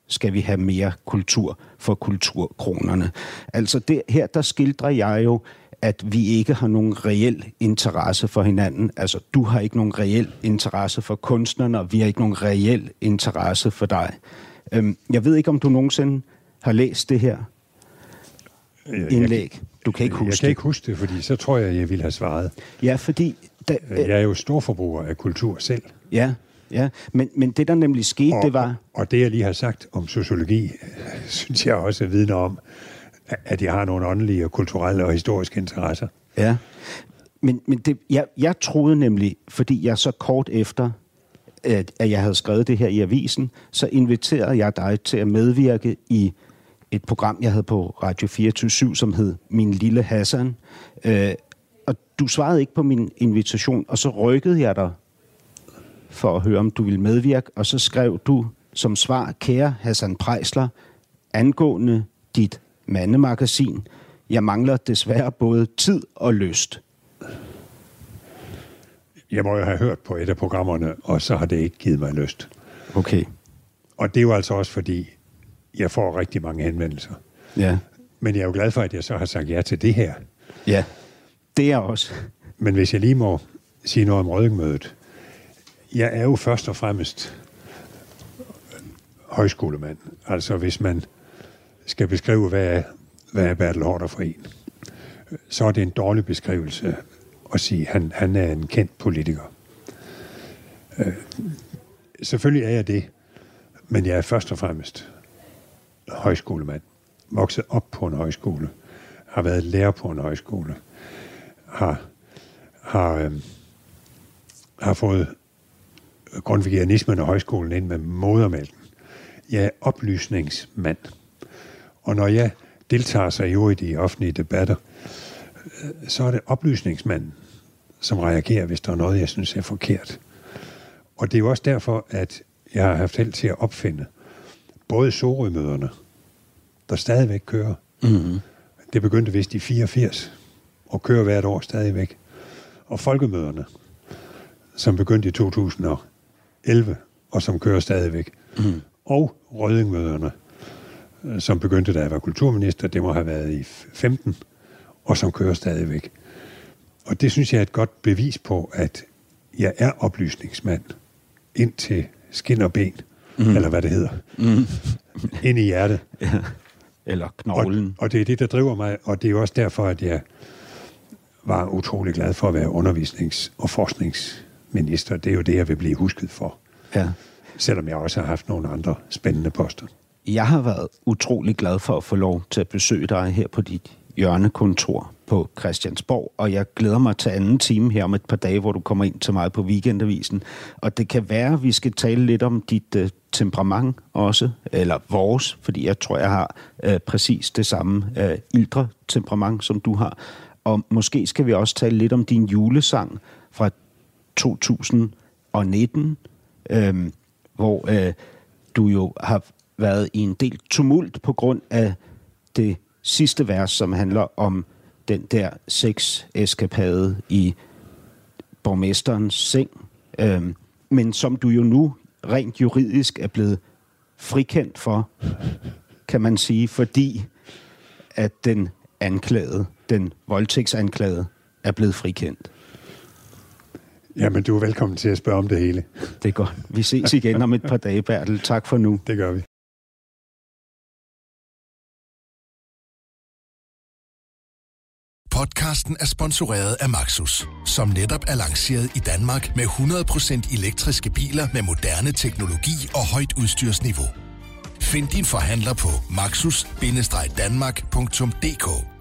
[SPEAKER 3] skal vi have mere kultur for kulturkronerne. Altså det, her, der skildrer jeg jo, at vi ikke har nogen reel interesse for hinanden. Altså, du har ikke nogen reel interesse for kunstnerne, og vi har ikke nogen reel interesse for dig. Øhm, jeg ved ikke, om du nogensinde har læst det her indlæg. Du kan ikke huske det.
[SPEAKER 4] Jeg kan ikke huske det, fordi så tror jeg, jeg ville have svaret.
[SPEAKER 3] Ja, fordi... Da,
[SPEAKER 4] jeg er jo storforbruger af kultur selv.
[SPEAKER 3] Ja, ja. Men, men det, der nemlig skete,
[SPEAKER 4] og,
[SPEAKER 3] det var...
[SPEAKER 4] Og det, jeg lige har sagt om sociologi, synes jeg også vidner om, at jeg har nogle åndelige og kulturelle og historiske interesser.
[SPEAKER 3] Ja, men, men det, jeg, jeg troede nemlig, fordi jeg så kort efter, at, at jeg havde skrevet det her i avisen, så inviterede jeg dig til at medvirke i et program, jeg havde på Radio fireogtyve syv, som hed Min Lille Hassan. Øh, og du svarede ikke på min invitation, og så rykkede jeg dig for at høre, om du ville medvirke, og så skrev du som svar, kære Hassan Preisler, angående dit mandemagasin, jeg mangler desværre både tid og lyst.
[SPEAKER 4] Jeg må jo have hørt på et af programmerne, og så har det ikke givet mig lyst.
[SPEAKER 3] Okay.
[SPEAKER 4] Og det er jo altså også, fordi jeg får rigtig mange henvendelser.
[SPEAKER 3] Ja.
[SPEAKER 4] Men jeg er jo glad for, at jeg så har sagt ja til det her.
[SPEAKER 3] Ja, det er også.
[SPEAKER 4] Men hvis jeg lige må sige noget om Røddingmødet. Jeg er jo først og fremmest højskolemand. Altså hvis man skal beskrive, hvad er, hvad er Bertel Haarder for en, så er det en dårlig beskrivelse at sige, at han, han er en kendt politiker. Øh, selvfølgelig er jeg det, men jeg er først og fremmest højskolemand. Vokset op på en højskole, har været lærer på en højskole, har, har, øh, har fået grundtvigianismen og højskolen ind med modermælken. Jeg er oplysningsmand. Og når jeg deltager sig i øvrigt i offentlige debatter, så er det oplysningsmanden, som reagerer, hvis der er noget, jeg synes er forkert. Og det er jo også derfor, at jeg har haft held til at opfinde både Sorømøderne, der stadigvæk kører. Mm-hmm. Det begyndte vist i fireogfirs, og kører hvert år stadigvæk. Og Folkemøderne, som begyndte i to tusind og elleve, og som kører stadigvæk. Mm. Og Røddingmøderne, som begyndte, da jeg var kulturminister, det må have været i femten, og som kører stadigvæk. Og det synes jeg er et godt bevis på, at jeg er oplysningsmand ind til skin og ben, mm. eller hvad det hedder, mm. ind i hjertet.
[SPEAKER 3] Ja. Eller knoglen.
[SPEAKER 4] Og, og det er det, der driver mig, og det er jo også derfor, at jeg var utrolig glad for at være undervisnings- og forskningsminister. Det er jo det, jeg vil blive husket for. Ja. Selvom jeg også har haft nogle andre spændende poster.
[SPEAKER 3] Jeg har været utrolig glad for at få lov til at besøge dig her på dit hjørnekontor på Christiansborg, og jeg glæder mig til anden time her om et par dage, hvor du kommer ind til mig på Weekendavisen. Og det kan være, at vi skal tale lidt om dit uh, temperament også, eller vores, fordi jeg tror, jeg har uh, præcis det samme uh, ildre temperament, som du har. Og måske skal vi også tale lidt om din julesang fra to tusind og nitten, øhm, hvor øh, du jo har været i en del tumult på grund af det sidste vers, som handler om den der sex-eskapade i borgmesterens seng, øhm, men som du jo nu rent juridisk er blevet frikendt for, kan man sige, fordi at den anklagede, den voldtægtsanklagede, er blevet frikendt.
[SPEAKER 4] Jamen, du er velkommen til at spørge om det hele.
[SPEAKER 3] Det er godt. Vi ses igen om et par dage, Bertel. Tak for nu.
[SPEAKER 4] Det gør vi.
[SPEAKER 5] Podcasten er sponsoreret af Maxus, som netop er lanceret i Danmark med hundrede procent elektriske biler med moderne teknologi og højt udstyrsniveau. Find din forhandler på maxus bindestreg danmark punktum d k.